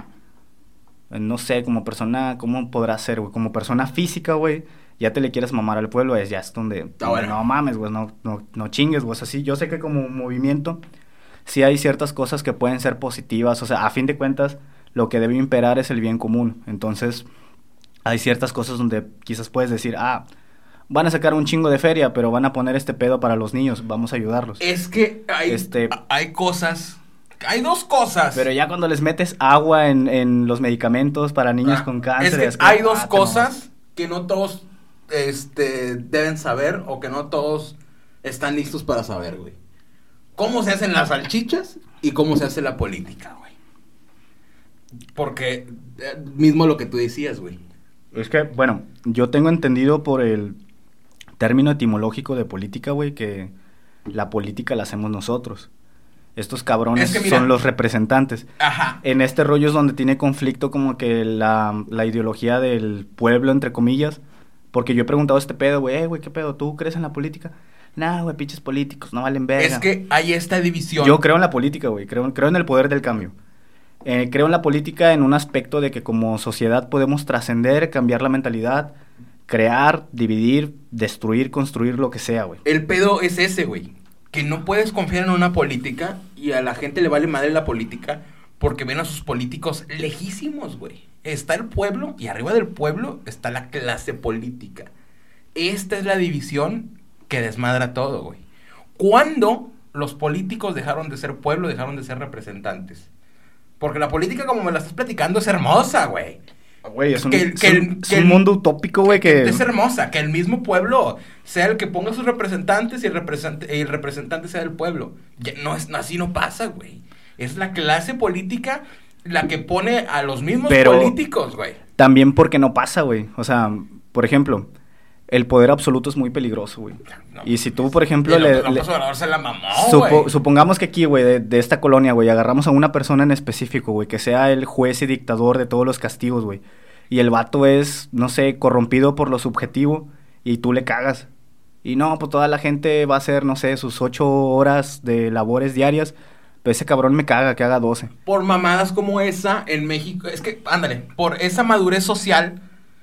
no sé, como persona, ¿cómo podrá ser, güey? Como persona física, güey, ya te le quieres mamar al pueblo, es ya es donde, ah, bueno. no mames, güey, no, no, no chingues, güey, o sea, sí, yo sé que como movimiento, sí hay ciertas cosas que pueden ser positivas, o sea, a fin de cuentas, lo que debe imperar es el bien común, entonces, hay ciertas cosas donde quizás puedes decir, ah, van a sacar un chingo de feria, pero van a poner este pedo para los niños, vamos a ayudarlos. Es que hay, este... hay cosas hay dos cosas. Pero ya cuando les metes agua en, en los medicamentos para niños ah, con cáncer... Es que, es que hay dos ah, cosas que no todos este, deben saber o que no todos están listos para saber, güey. Cómo se hacen las salchichas y cómo se hace la política, güey. Porque, eh, mismo lo que tú decías, güey. Es que, bueno, yo tengo entendido por el término etimológico de política, güey, que la política la hacemos nosotros. Estos cabrones es que mira, son los representantes. Ajá. En este rollo es donde tiene conflicto como que la, la ideología del pueblo, entre comillas. Porque yo he preguntado a este pedo, güey, eh, güey, ¿qué pedo? ¿Tú crees en la política? Nah, güey, pinches políticos, no valen verga. Es que hay esta división. Yo creo en la política, güey, creo, creo en el poder del cambio. Eh, creo en la política en un aspecto de que como sociedad podemos trascender, cambiar la mentalidad, crear, dividir, destruir, construir, lo que sea, güey. El pedo es ese, güey. Que no puedes confiar en una política y a la gente le vale madre la política porque ven a sus políticos lejísimos, güey. Está el pueblo y arriba del pueblo está la clase política. Esta es la división que desmadra todo, güey. ¿Cuándo los políticos dejaron de ser pueblo, dejaron de ser representantes? Porque la política, como me la estás platicando, es hermosa, güey. Güey, es un, que, es que un, el, es que un el, mundo utópico, güey, que... Es hermosa, que el mismo pueblo sea el que ponga sus representantes y el, representante, y el representante sea del pueblo. Ya, no es, así no pasa, güey. Es la clase política la que pone a los mismos Pero políticos, güey. También porque no pasa, güey. O sea, por ejemplo, el poder absoluto es muy peligroso, güey. No, y si tú, por ejemplo, le... No, le se la mamó, supo, güey. Supongamos que aquí, güey, de, de esta colonia, güey, agarramos a una persona en específico, güey, que sea el juez y dictador de todos los castigos, güey. Y el vato es, no sé, corrompido por lo subjetivo y tú le cagas. Y no, pues toda la gente va a hacer, no sé, sus ocho horas de labores diarias. Pero ese cabrón me caga que haga doce. Por mamadas como esa, en México... Es que, ándale, por esa madurez social,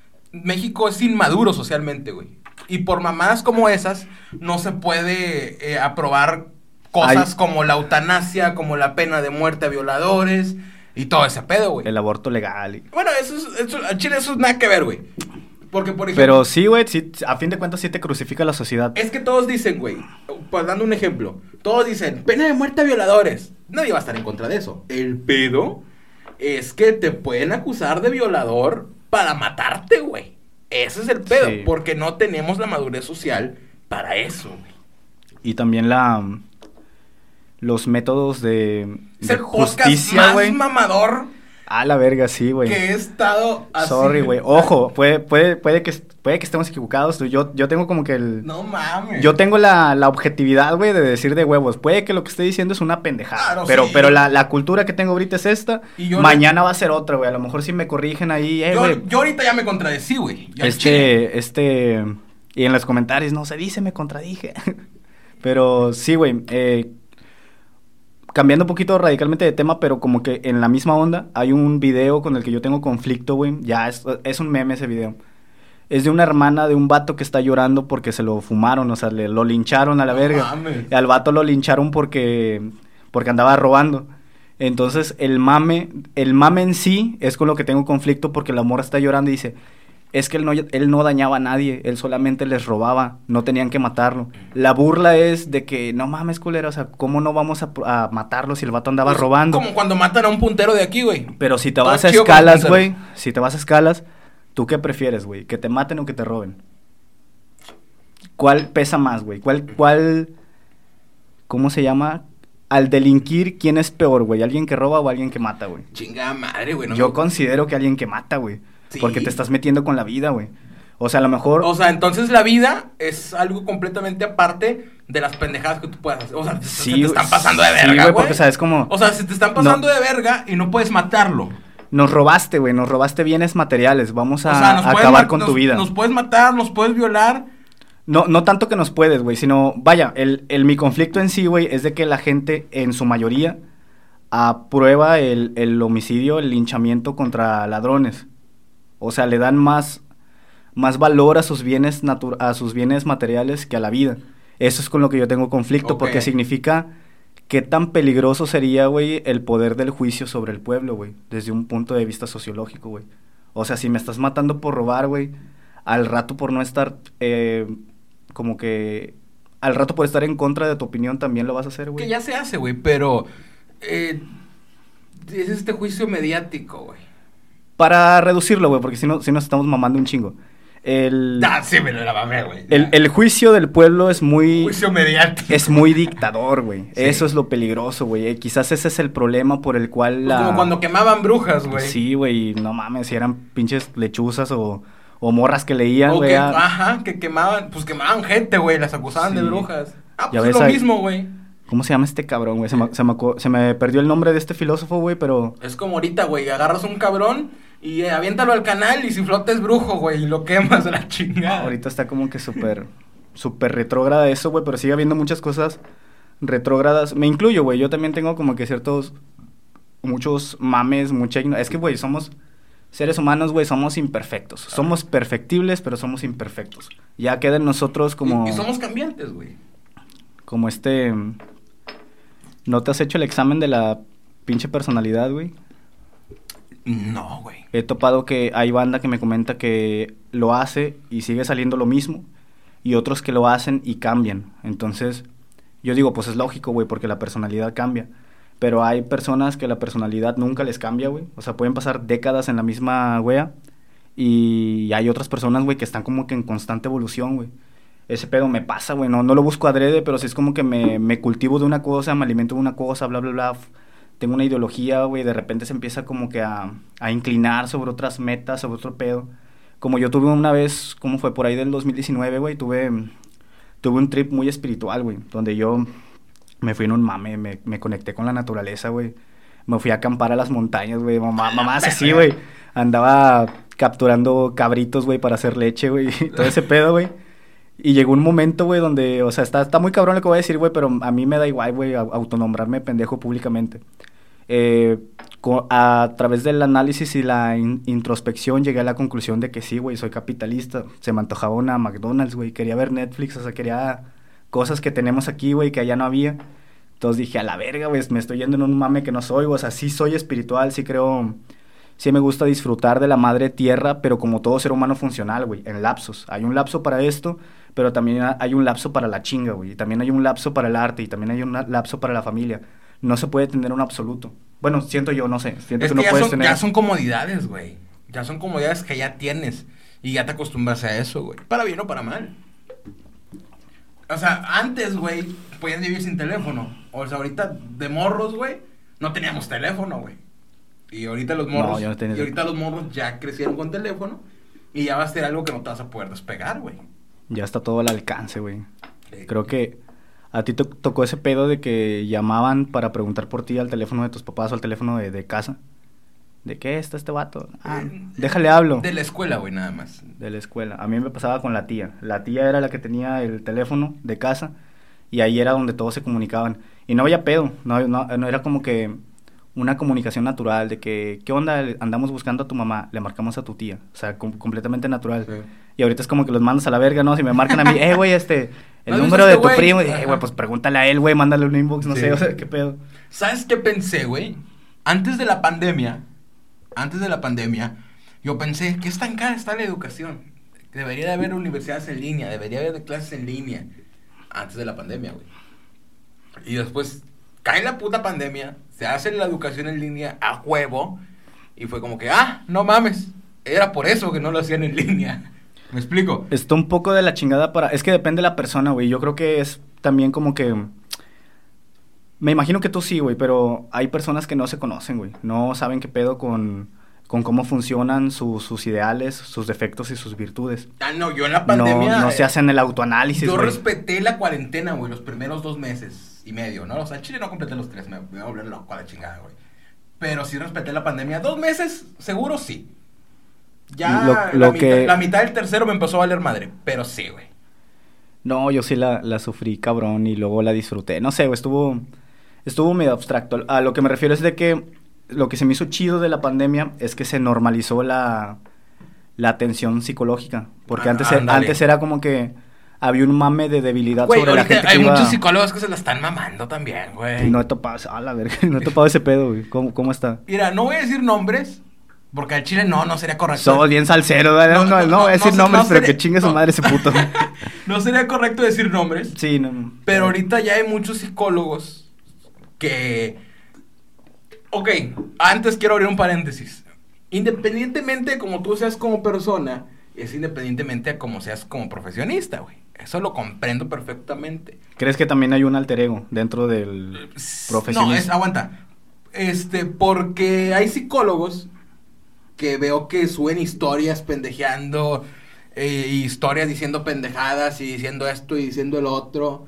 México es inmaduro socialmente, güey. Y por mamadas como esas, no se puede eh, aprobar cosas Ay. como la eutanasia, como la pena de muerte a violadores... Y todo ese pedo, güey. El aborto legal. Y... Bueno, eso es, eso, a Chile eso es nada que ver, güey. Porque, por ejemplo... Pero sí, güey, sí, a fin de cuentas sí te crucifica la sociedad. Es que todos dicen, güey, pues dando un ejemplo, todos dicen, pena de muerte a violadores. Nadie va a estar en contra de eso. El pedo es que te pueden acusar de violador para matarte, güey. Ese es el pedo, sí. Porque no tenemos la madurez social para eso, güey. Y también la... los métodos de, es de el justicia, güey. Más mamador. Ah, la verga, sí, güey. Que he estado así. Sorry, güey. Ojo, puede, puede, puede, que, puede que estemos equivocados. Yo, yo tengo como que el... No mames. Yo tengo la, la objetividad, güey, de decir de huevos. Puede que lo que estoy diciendo es una pendejada. Claro, pero, sí. pero la, la cultura que tengo ahorita es esta. Y yo Mañana le... va a ser otra, güey. A lo mejor si me corrigen ahí, eh, yo, yo ahorita ya me contradecí, güey. Este, este... Y en los comentarios, no se dice, me contradije. Pero sí, güey, eh... cambiando un poquito radicalmente de tema, pero como que en la misma onda, hay un video con el que yo tengo conflicto, güey. Ya, es, es un meme ese video. Es de una hermana de un vato que está llorando porque se lo fumaron, o sea, le, lo lincharon a la no verga. Mames. Y al vato lo lincharon porque, porque andaba robando. Entonces, el mame, el mame en sí es con lo que tengo conflicto porque la morra está llorando y dice... Es que él no, él no dañaba a nadie, él solamente les robaba, no tenían que matarlo. La burla es de que, no mames, culera, o sea, ¿cómo no vamos a, a matarlo si el vato andaba pues, robando? Como cuando matan a un puntero de aquí, güey. Pero si te Todo vas a escalas, güey, si te vas a escalas, ¿tú qué prefieres, güey? ¿Que te maten o que te roben? ¿Cuál pesa más, güey? ¿Cuál, cuál, cómo se llama? Al delinquir, ¿quién es peor, güey? ¿Alguien que roba o alguien que mata, güey? Chingada madre, güey. No Yo me... considero que alguien que mata, güey. Sí. Porque te estás metiendo con la vida, güey. O sea, a lo mejor... O sea, entonces la vida es algo completamente aparte de las pendejadas que tú puedas hacer. O sea, sí, se te están pasando de verga, güey. Sí, güey, porque, o sea, es como... O sea, se te están pasando no. de verga y no puedes matarlo. Nos robaste, güey, nos robaste bienes materiales. Vamos a, o sea, a acabar con nos, tu vida. Nos puedes matar, nos puedes violar. No, no tanto que nos puedes, güey, sino... Vaya, el, el, mi conflicto en sí, güey, es de que la gente, en su mayoría, aprueba el, el homicidio, el linchamiento contra ladrones. O sea, le dan más, más valor a sus bienes natu- a sus bienes materiales que a la vida. Eso es con lo que yo tengo conflicto, okay. Porque significa qué tan peligroso sería, güey, el poder del juicio sobre el pueblo, güey, desde un punto de vista sociológico, güey. O sea, si me estás matando por robar, güey, al rato por no estar, eh, como que, al rato por estar en contra de tu opinión también lo vas a hacer, güey. Que ya se hace, güey, pero... eh, es este juicio mediático, güey. Para reducirlo, güey, porque si no, si nos estamos mamando un chingo. El, Ah, sí, me la mamé, güey. el, el juicio del pueblo es muy... Juicio mediático. Es muy dictador, güey. Sí. Eso es lo peligroso, güey. Eh, quizás ese es el problema por el cual Pues la... como cuando quemaban brujas, güey. Sí, güey, no mames, si eran pinches lechuzas o, o morras que leían, güey. Que, a... Ajá, que quemaban, pues quemaban gente, güey, las acusaban Sí. de brujas. Ah, Ya pues es ves lo ahí- mismo, güey. ¿Cómo se llama este cabrón, güey? Se me, se, me, acu- se me perdió el nombre de este filósofo, güey, pero... Es como ahorita, güey, agarras un cabrón y eh, aviéntalo al canal y si flota es brujo, güey, y lo quemas a la chingada. Ahorita está como que súper, súper retrógrada eso, güey, pero sigue habiendo muchas cosas retrógradas. Me incluyo, güey, yo también tengo como que ciertos, muchos mames, mucha igno- Es que, güey, somos seres humanos, güey, somos imperfectos. Somos perfectibles, pero somos imperfectos. Ya queda en nosotros como... Y, y somos cambiantes, güey. Como este... ¿No te has hecho el examen de la pinche personalidad, güey? No, güey. He topado que hay banda que me comenta que lo hace y sigue saliendo lo mismo, y otros que lo hacen y cambian. Entonces, yo digo, pues es lógico, güey, porque la personalidad cambia. Pero hay personas que la personalidad nunca les cambia, güey. O sea, pueden pasar décadas en la misma wea, y hay otras personas, güey, que están como que en constante evolución, güey. Ese pedo me pasa, güey, no, no lo busco adrede, pero sí es como que me, me cultivo de una cosa, me alimento de una cosa, bla, bla, bla. Tengo una ideología, güey, de repente se empieza como que a, a inclinar sobre otras metas, sobre otro pedo. Como yo tuve una vez, como fue por ahí del dos mil diecinueve, güey, tuve, tuve un trip muy espiritual, güey, donde yo me fui en un mame, me, me conecté con la naturaleza, güey. Me fui a acampar a las montañas, güey, mamá, mamás así, güey. Andaba capturando cabritos, güey, para hacer leche, güey, todo ese pedo, güey. Y llegó un momento, güey, donde, o sea, está, está muy cabrón lo que voy a decir, güey, pero a mí me da igual, güey, autonombrarme pendejo públicamente. Eh, co- a través del análisis y la in- introspección llegué a la conclusión de que sí, güey, soy capitalista. Se me antojaba una McDonald's, güey, quería ver Netflix, o sea, quería cosas que tenemos aquí, güey, que allá no había. Entonces dije, a la verga, güey, me estoy yendo en un mame que no soy, o sea, sí soy espiritual, sí creo... Sí me gusta disfrutar de la madre tierra, pero como todo ser humano funcional, güey, en lapsos. Hay un lapso para esto, pero también hay un lapso para la chinga, güey. Y también hay un lapso para el arte, y también hay un lapso para la familia. No se puede tener un absoluto. Bueno, siento yo, no sé. Siento Es que que no ya, puedes son, tener... ya son comodidades, güey. Ya son comodidades que ya tienes. Y ya te acostumbras a eso, güey. Para bien o para mal. O sea, antes, güey, podías vivir sin teléfono. O sea, ahorita de morros, güey, no teníamos teléfono, güey. Y ahorita los morros, No, yo no tenía- y ahorita los morros ya crecieron con teléfono. Y ya va a ser algo que no te vas a poder despegar, güey. Ya está todo al alcance, güey. Sí. Creo que a ti te tocó ese pedo de que llamaban para preguntar por ti al teléfono de tus papás o al teléfono de, de casa. ¿De qué está este vato? Ah, Eh, déjale hablo. De la escuela, güey, nada más. De la escuela. A mí me pasaba con la tía. La tía era la que tenía el teléfono de casa, y ahí era donde todos se comunicaban. Y no había pedo, no, no, no era como que una comunicación natural de que, ¿qué onda? Andamos buscando a tu mamá, le marcamos a tu tía. O sea, com- completamente natural. Sí. Y ahorita es como que los mandas a la verga, ¿no? Si me marcan a mí, eh, güey, este, el ¿No has número visto de este tu güey? primo, eh, Ajá. güey, pues pregúntale a él, güey, mándale un inbox, no Sí. sé, o sea, qué pedo. ¿Sabes qué pensé, güey? Antes de la pandemia, antes de la pandemia, yo pensé, ¿qué tan cara está la educación? Debería de haber universidades en línea, debería haber de clases en línea. Antes de la pandemia, güey. Y después cae la puta pandemia, se hace la educación en línea a huevo, y fue como que, ah, no mames, era por eso que no lo hacían en línea. ¿Me explico? Está un poco de la chingada para... Es que depende de la persona, güey. Yo creo que es también como que... Me imagino que tú sí, güey, pero hay personas que no se conocen, güey. No saben qué pedo con, con cómo funcionan su- sus ideales, sus defectos y sus virtudes. Ah, no, yo en la No, pandemia... no se eh, hacen el autoanálisis, Yo güey. respeté la cuarentena, güey, los primeros dos meses y medio, ¿no? O sea, en Chile no completé los tres, me, me voy a volver loco a la chingada, güey. Pero sí respeté la pandemia. Dos meses, seguro sí. Ya Lo- la, lo mitad, que- la mitad del tercero me empezó a valer madre, pero sí, güey. No, yo sí la, la sufrí, cabrón, y luego la disfruté. No sé, güey, estuvo... Estuvo medio abstracto. A lo que me refiero es de que... Lo que se me hizo chido de la pandemia es que se normalizó la... La atención psicológica. Porque Ah, antes, ándale. antes era como que... Había un mame de debilidad Güey, sobre la ahorita gente que hay iba... muchos psicólogos que se la están mamando también, güey. No he topado... A la verga, no he topado ese pedo, güey. ¿Cómo, cómo está? Mira, no voy a decir nombres, porque al Chile no, no sería correcto. Somos bien salseros, ¿verdad? No, no, no, voy a decir no, nombres, no pero sería- que chingue su no. madre ese puto. No sería correcto decir nombres. Sí, no. Pero ahorita ya hay muchos psicólogos que Ok, antes quiero abrir un paréntesis. Independientemente de cómo tú seas como persona, es independientemente de cómo seas como profesionista, güey. Eso lo comprendo perfectamente. ¿Crees que también hay un alter ego dentro del profesionismo? No, es, aguanta. Este, porque hay psicólogos que veo que suben historias pendejeando, eh, historias diciendo pendejadas y diciendo esto y diciendo el otro.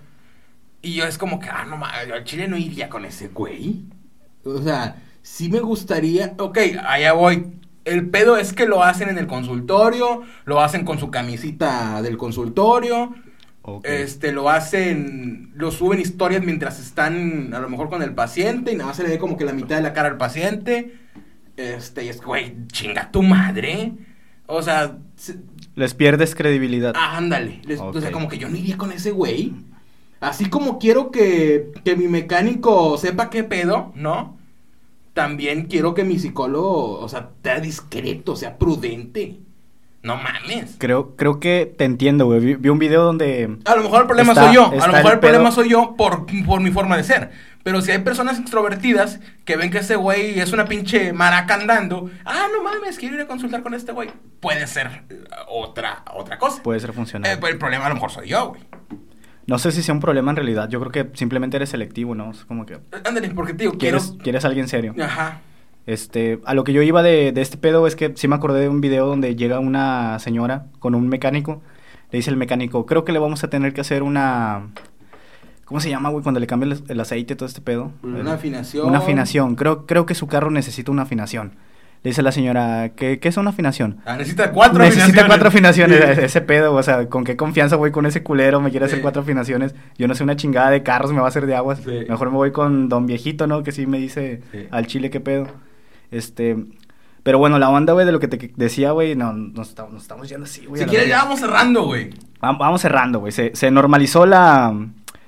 Y yo es como que, ah, no mames, yo al chile no iría con ese güey. O sea, sí me gustaría, ok, allá voy. El pedo es que lo hacen en el consultorio, lo hacen con su camisita del consultorio, okay. Este, lo hacen, lo suben historias mientras están a lo mejor con el paciente y nada más se le ve como que la mitad de la cara al paciente. Este, y es, güey, chinga tu madre. O sea, se... les pierdes credibilidad. Ah, ándale. Les, okay. O sea, como que yo no iría con ese güey. Así como quiero que, que mi mecánico sepa qué pedo, ¿no? También quiero que mi psicólogo, o sea, sea discreto, sea prudente. No mames. Creo, creo que te entiendo, güey. Vi, vi un video donde... A lo mejor el problema está, soy yo. A lo mejor el, el problema soy yo por, por mi forma de ser. Pero si hay personas extrovertidas que ven que ese güey es una pinche maraca andando. Ah, no mames, quiero ir a consultar con este güey. Puede ser otra, otra cosa. Puede ser funcional. Eh, el problema a lo mejor soy yo, güey. No sé si sea un problema en realidad. Yo creo que simplemente eres selectivo, ¿no? Es como que... Ándale, porque te digo, ¿Quieres, quiero... ¿Quieres a alguien serio? Ajá. Este, a lo que yo iba de, de este pedo es que sí me acordé de un video donde llega una señora con un mecánico. Le dice el mecánico, creo que le vamos a tener que hacer una... ¿Cómo se llama, güey? Cuando le cambia el, el aceite, todo este pedo. Una el, afinación. Una afinación. Creo, creo que su carro necesita una afinación. Le dice la señora, ¿qué, qué es una afinación? Ah, necesita cuatro necesita afinaciones. Necesita cuatro afinaciones. Ese pedo, o sea, ¿con qué confianza voy con ese culero? Me quiere sí. hacer cuatro afinaciones. Yo no sé una chingada de carros, me va a hacer de aguas. Sí. Mejor me voy con don viejito, ¿no? Que sí me dice sí. al chile qué pedo. Este... Pero bueno, la onda, güey, de lo que te decía, güey, no, nos, estamos, nos estamos yendo así, güey. Si quieres, ya vamos cerrando, güey. Vamos, vamos cerrando, güey. Se, se normalizó la...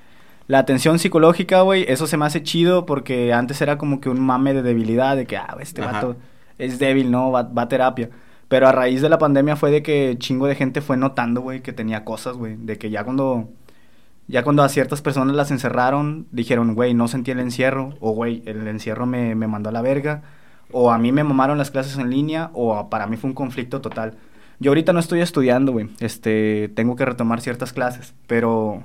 La atención psicológica, güey, eso se me hace chido porque antes era como que un mame de debilidad, de que, ah, este Ajá. vato es débil, ¿no? Va, va a terapia. Pero a raíz de la pandemia fue de que chingo de gente fue notando, güey, que tenía cosas, güey. De que ya cuando, ya cuando a ciertas personas las encerraron, dijeron, güey, no sentí el encierro. O, güey, el encierro me, me mandó a la verga. O a mí me mamaron las clases en línea. O para mí fue un conflicto total. Yo ahorita no estoy estudiando, güey. Este, tengo que retomar ciertas clases, pero...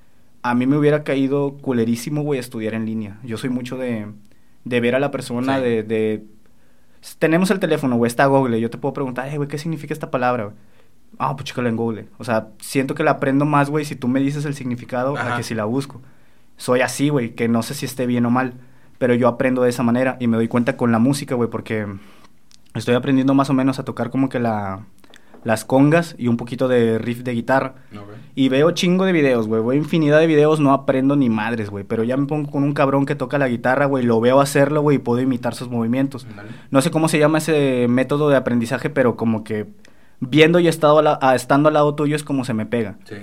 A mí me hubiera caído culerísimo, güey, estudiar en línea. Yo soy mucho de, de ver a la persona, sí. de, de... Tenemos el teléfono, güey, está Google. Yo te puedo preguntar, eh, güey, ¿qué significa esta palabra, güey? Ah, pues chécala en Google. O sea, siento que la aprendo más, güey, si tú me dices el significado Ajá. a que si la busco. Soy así, güey, que no sé si esté bien o mal, pero yo aprendo de esa manera y me doy cuenta con la música, güey, porque estoy aprendiendo más o menos a tocar como que la... las congas y un poquito de riff de guitarra. Okay. Y veo chingo de videos, güey. Veo infinidad de videos, no aprendo ni madres, güey. Pero ya me pongo con un cabrón que toca la guitarra, güey. Lo veo hacerlo, güey, y puedo imitar sus movimientos. Vale. No sé cómo se llama ese método de aprendizaje, pero como que viendo y estado la, a, estando al lado tuyo es como se me pega. Sí.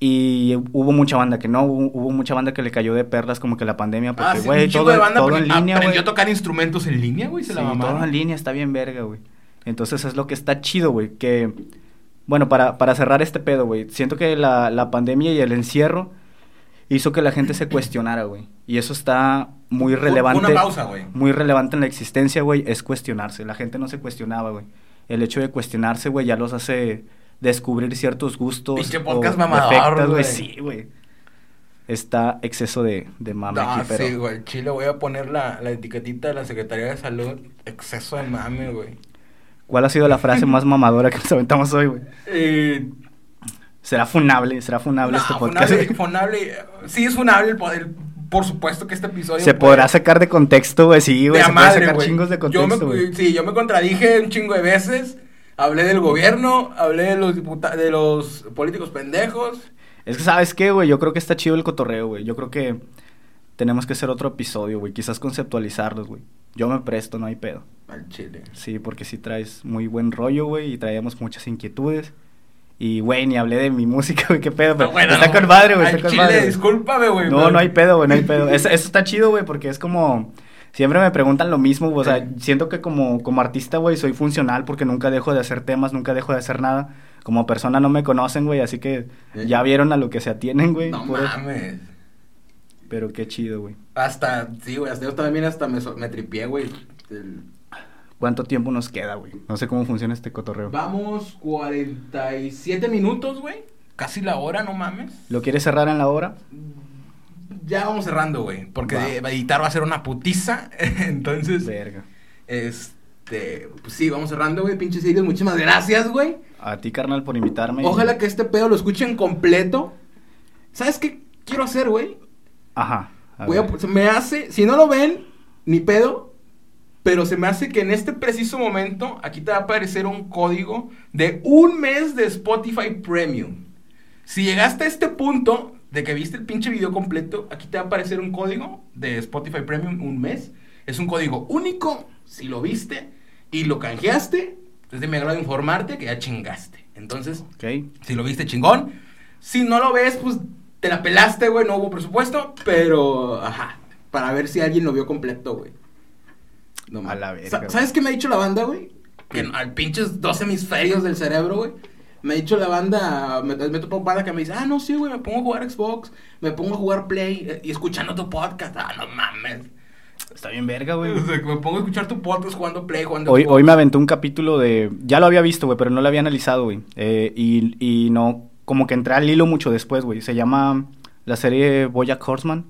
Y hubo mucha banda que no, hubo, hubo mucha banda que le cayó de perlas como que la pandemia. Porque, güey, ah, sí, todo, todo en línea, güey. ¿Aprendió a tocar instrumentos en línea, güey? Sí, todo en línea, está bien verga, güey. Entonces es lo que está chido, güey, que... Bueno, para, para cerrar este pedo, güey, siento que la, la pandemia y el encierro hizo que la gente se cuestionara, güey. Y eso está muy relevante. Una pausa, güey. Muy relevante en la existencia, güey, es cuestionarse. La gente no se cuestionaba, güey. El hecho de cuestionarse, güey, ya los hace descubrir ciertos gustos. Pinche podcast mamador, güey. Sí, güey. Está exceso de, de mame no, aquí, pero... sí, güey. Chile, voy a poner la, la etiquetita de la Secretaría de Salud. Exceso de mame, güey. ¿Cuál ha sido la frase más mamadora que nos aventamos hoy, güey? Eh... ¿Será funable? ¿Será funable no, este podcast? Funable, funable, sí es funable el poder. Por supuesto que este episodio... Se podrá sacar de contexto, güey, sí, güey. Se madre, puede sacar wey. chingos de contexto, güey. Sí, yo me contradije un chingo de veces. Hablé del gobierno, hablé de los diputa- de los políticos pendejos. Es que, ¿sabes qué, güey? Yo creo que está chido el cotorreo, güey. Yo creo que tenemos que hacer otro episodio, güey. Quizás conceptualizarlos, güey. Yo me presto, no hay pedo. Al chile. Sí, porque sí traes muy buen rollo, güey, y traíamos muchas inquietudes. Y, güey, ni hablé de mi música, güey, qué pedo, pero no, bueno, está no, con madre, güey, está con chile, madre. Discúlpame, güey. No, pero... no hay pedo, güey, no hay pedo. Eso, eso está chido, güey, porque es como... Siempre me preguntan lo mismo, o sea, siento que como, como artista, güey, soy funcional porque nunca dejo de hacer temas, nunca dejo de hacer nada. Como persona no me conocen, güey, así que ¿Eh? ya vieron a lo que se atienen, güey. No por mames. Pero qué chido, güey. Hasta, sí, güey, hasta yo también hasta me, so- me tripié, güey. El- ¿Cuánto tiempo nos queda, güey? No sé cómo funciona este cotorreo. Vamos cuarenta y siete minutos, güey. Casi la hora, no mames. ¿Lo quieres cerrar en la hora? Ya vamos cerrando, güey. Porque Va. editar va a ser una putiza. Entonces, Verga. este, pues sí, vamos cerrando, güey. Pinche Sirius, muchísimas gracias, güey. A ti, carnal, por invitarme. Ojalá que este pedo lo escuchen completo. ¿Sabes qué quiero hacer, güey? Ajá. a Voy a- ver. se me hace, si no lo ven, ni pedo, pero se me hace que en este preciso momento, aquí te va a aparecer un código de un mes de Spotify Premium. Si llegaste a este punto de que viste el pinche video completo, aquí te va a aparecer un código de Spotify Premium, un mes. Es un código único, si lo viste y lo canjeaste, es de mi agrado informarte que ya chingaste. Entonces, Ok. si lo viste, chingón. Si no lo ves, pues te la pelaste, güey, no hubo presupuesto, pero, ajá, para ver si alguien lo vio completo, güey. No, A mames. la verga, Sa- güey. ¿Sabes qué me ha dicho la banda, güey? Que no- al pinches dos hemisferios del cerebro, güey. Me ha dicho la banda, me, me topó banda que me dice, ah, no, sí, güey, me pongo a jugar Xbox, me pongo a jugar Play eh, y escuchando tu podcast. Ah, no mames. Está bien verga, güey. O sea, que me pongo a escuchar tu podcast jugando Play, jugando Hoy, Xbox. hoy me aventó un capítulo de... Ya lo había visto, güey, pero no lo había analizado, güey. Eh, y, y no... Como que entré al hilo mucho después, güey. Se llama la serie BoJack Horseman.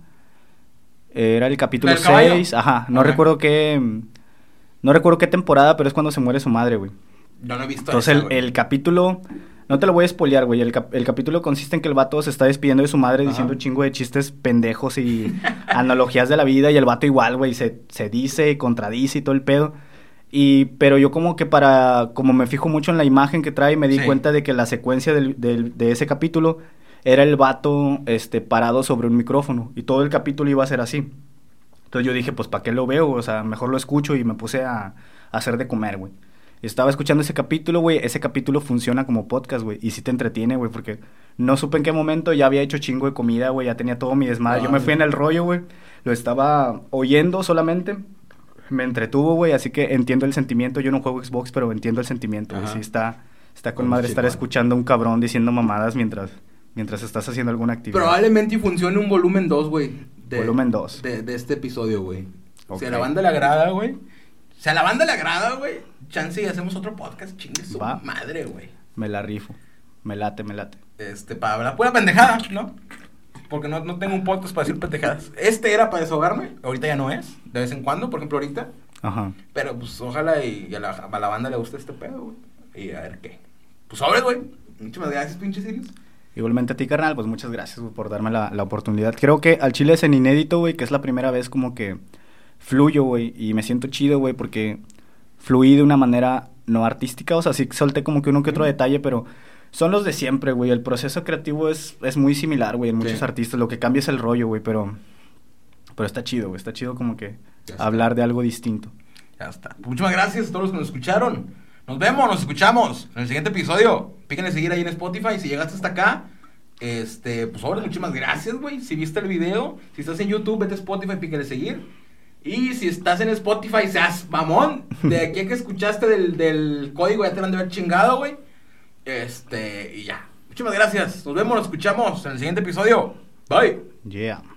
Eh, Era el capítulo ¿La del caballo? seis. Ajá. No Ok. recuerdo qué... No recuerdo qué temporada, pero es cuando se muere su madre, güey. Yo no he visto Entonces esa, el, güey. el capítulo... No te lo voy a spoilear, güey. El, cap- el capítulo consiste en que el vato se está despidiendo de su madre Ajá. diciendo un chingo de chistes pendejos y analogías de la vida. Y el vato igual, güey, se, se dice, contradice y todo el pedo. Y, pero yo como que para... Como me fijo mucho en la imagen que trae, me di Sí. cuenta de que la secuencia del, del- de ese capítulo era el vato este, parado sobre un micrófono. Y todo el capítulo iba a ser así. Entonces yo dije, pues, ¿para qué lo veo? O sea, mejor lo escucho y me puse a, a hacer de comer, güey. Estaba escuchando ese capítulo, güey. Ese capítulo funciona como podcast, güey. Y sí te entretiene, güey, porque no supe en qué momento ya había hecho chingo de comida, güey. Ya tenía todo mi desmadre. Ah, Yo me fui güey. en el rollo, güey. Lo estaba oyendo solamente. Me entretuvo, güey. Así que entiendo el sentimiento. Yo no juego Xbox, pero entiendo el sentimiento, güey. Ajá. Sí está, está con Como madre estar chingón. escuchando a un cabrón diciendo mamadas mientras, mientras estás haciendo alguna actividad. Probablemente y funcione un volumen dos, güey. de- Volumen dos. De, de este episodio, güey. Si Ok. a la banda le agrada, güey. Si a la banda le agrada, güey. Chance y hacemos otro podcast. Chingue su Va. madre, güey. Me la rifo. Me late, me late. Este, para hablar pura pendejada, ¿no? Porque no, no tengo un podcast para decir pendejadas. Este era para desahogarme. Ahorita ya no es. De vez en cuando, por ejemplo, ahorita. Ajá. Pero pues ojalá y a la, a la banda le guste este pedo, güey. Y a ver qué. Pues sobre, güey. Muchísimas gracias, pinche Sirius. Igualmente a ti, carnal, pues muchas gracias, güey, por darme la, la oportunidad. Creo que al chile es en inédito, güey, que es la primera vez como que fluyo, güey, y me siento chido, güey, porque fluí de una manera no artística, o sea, sí solté como que uno que otro Ujú. detalle, pero son los de siempre, güey. El proceso creativo es, es muy similar, güey, en muchos Sí. artistas. Lo que cambia es el rollo, güey, pero, pero está chido, güey, está chido como que Ya está. hablar de algo distinto. Ya está. Pues muchísimas gracias a todos los que nos escucharon. Nos vemos, nos escuchamos en el siguiente episodio. Píquenle seguir ahí en Spotify. Si llegaste hasta acá, este, pues sobre, muchísimas gracias, güey. Si viste el video, si estás en YouTube, vete a Spotify, píquenle seguir. Y si estás en Spotify, seas mamón. De aquí a que escuchaste del, del código, ya te lo han de haber chingado, güey. Este, y ya. Muchísimas gracias. Nos vemos, nos escuchamos en el siguiente episodio. Bye. Yeah.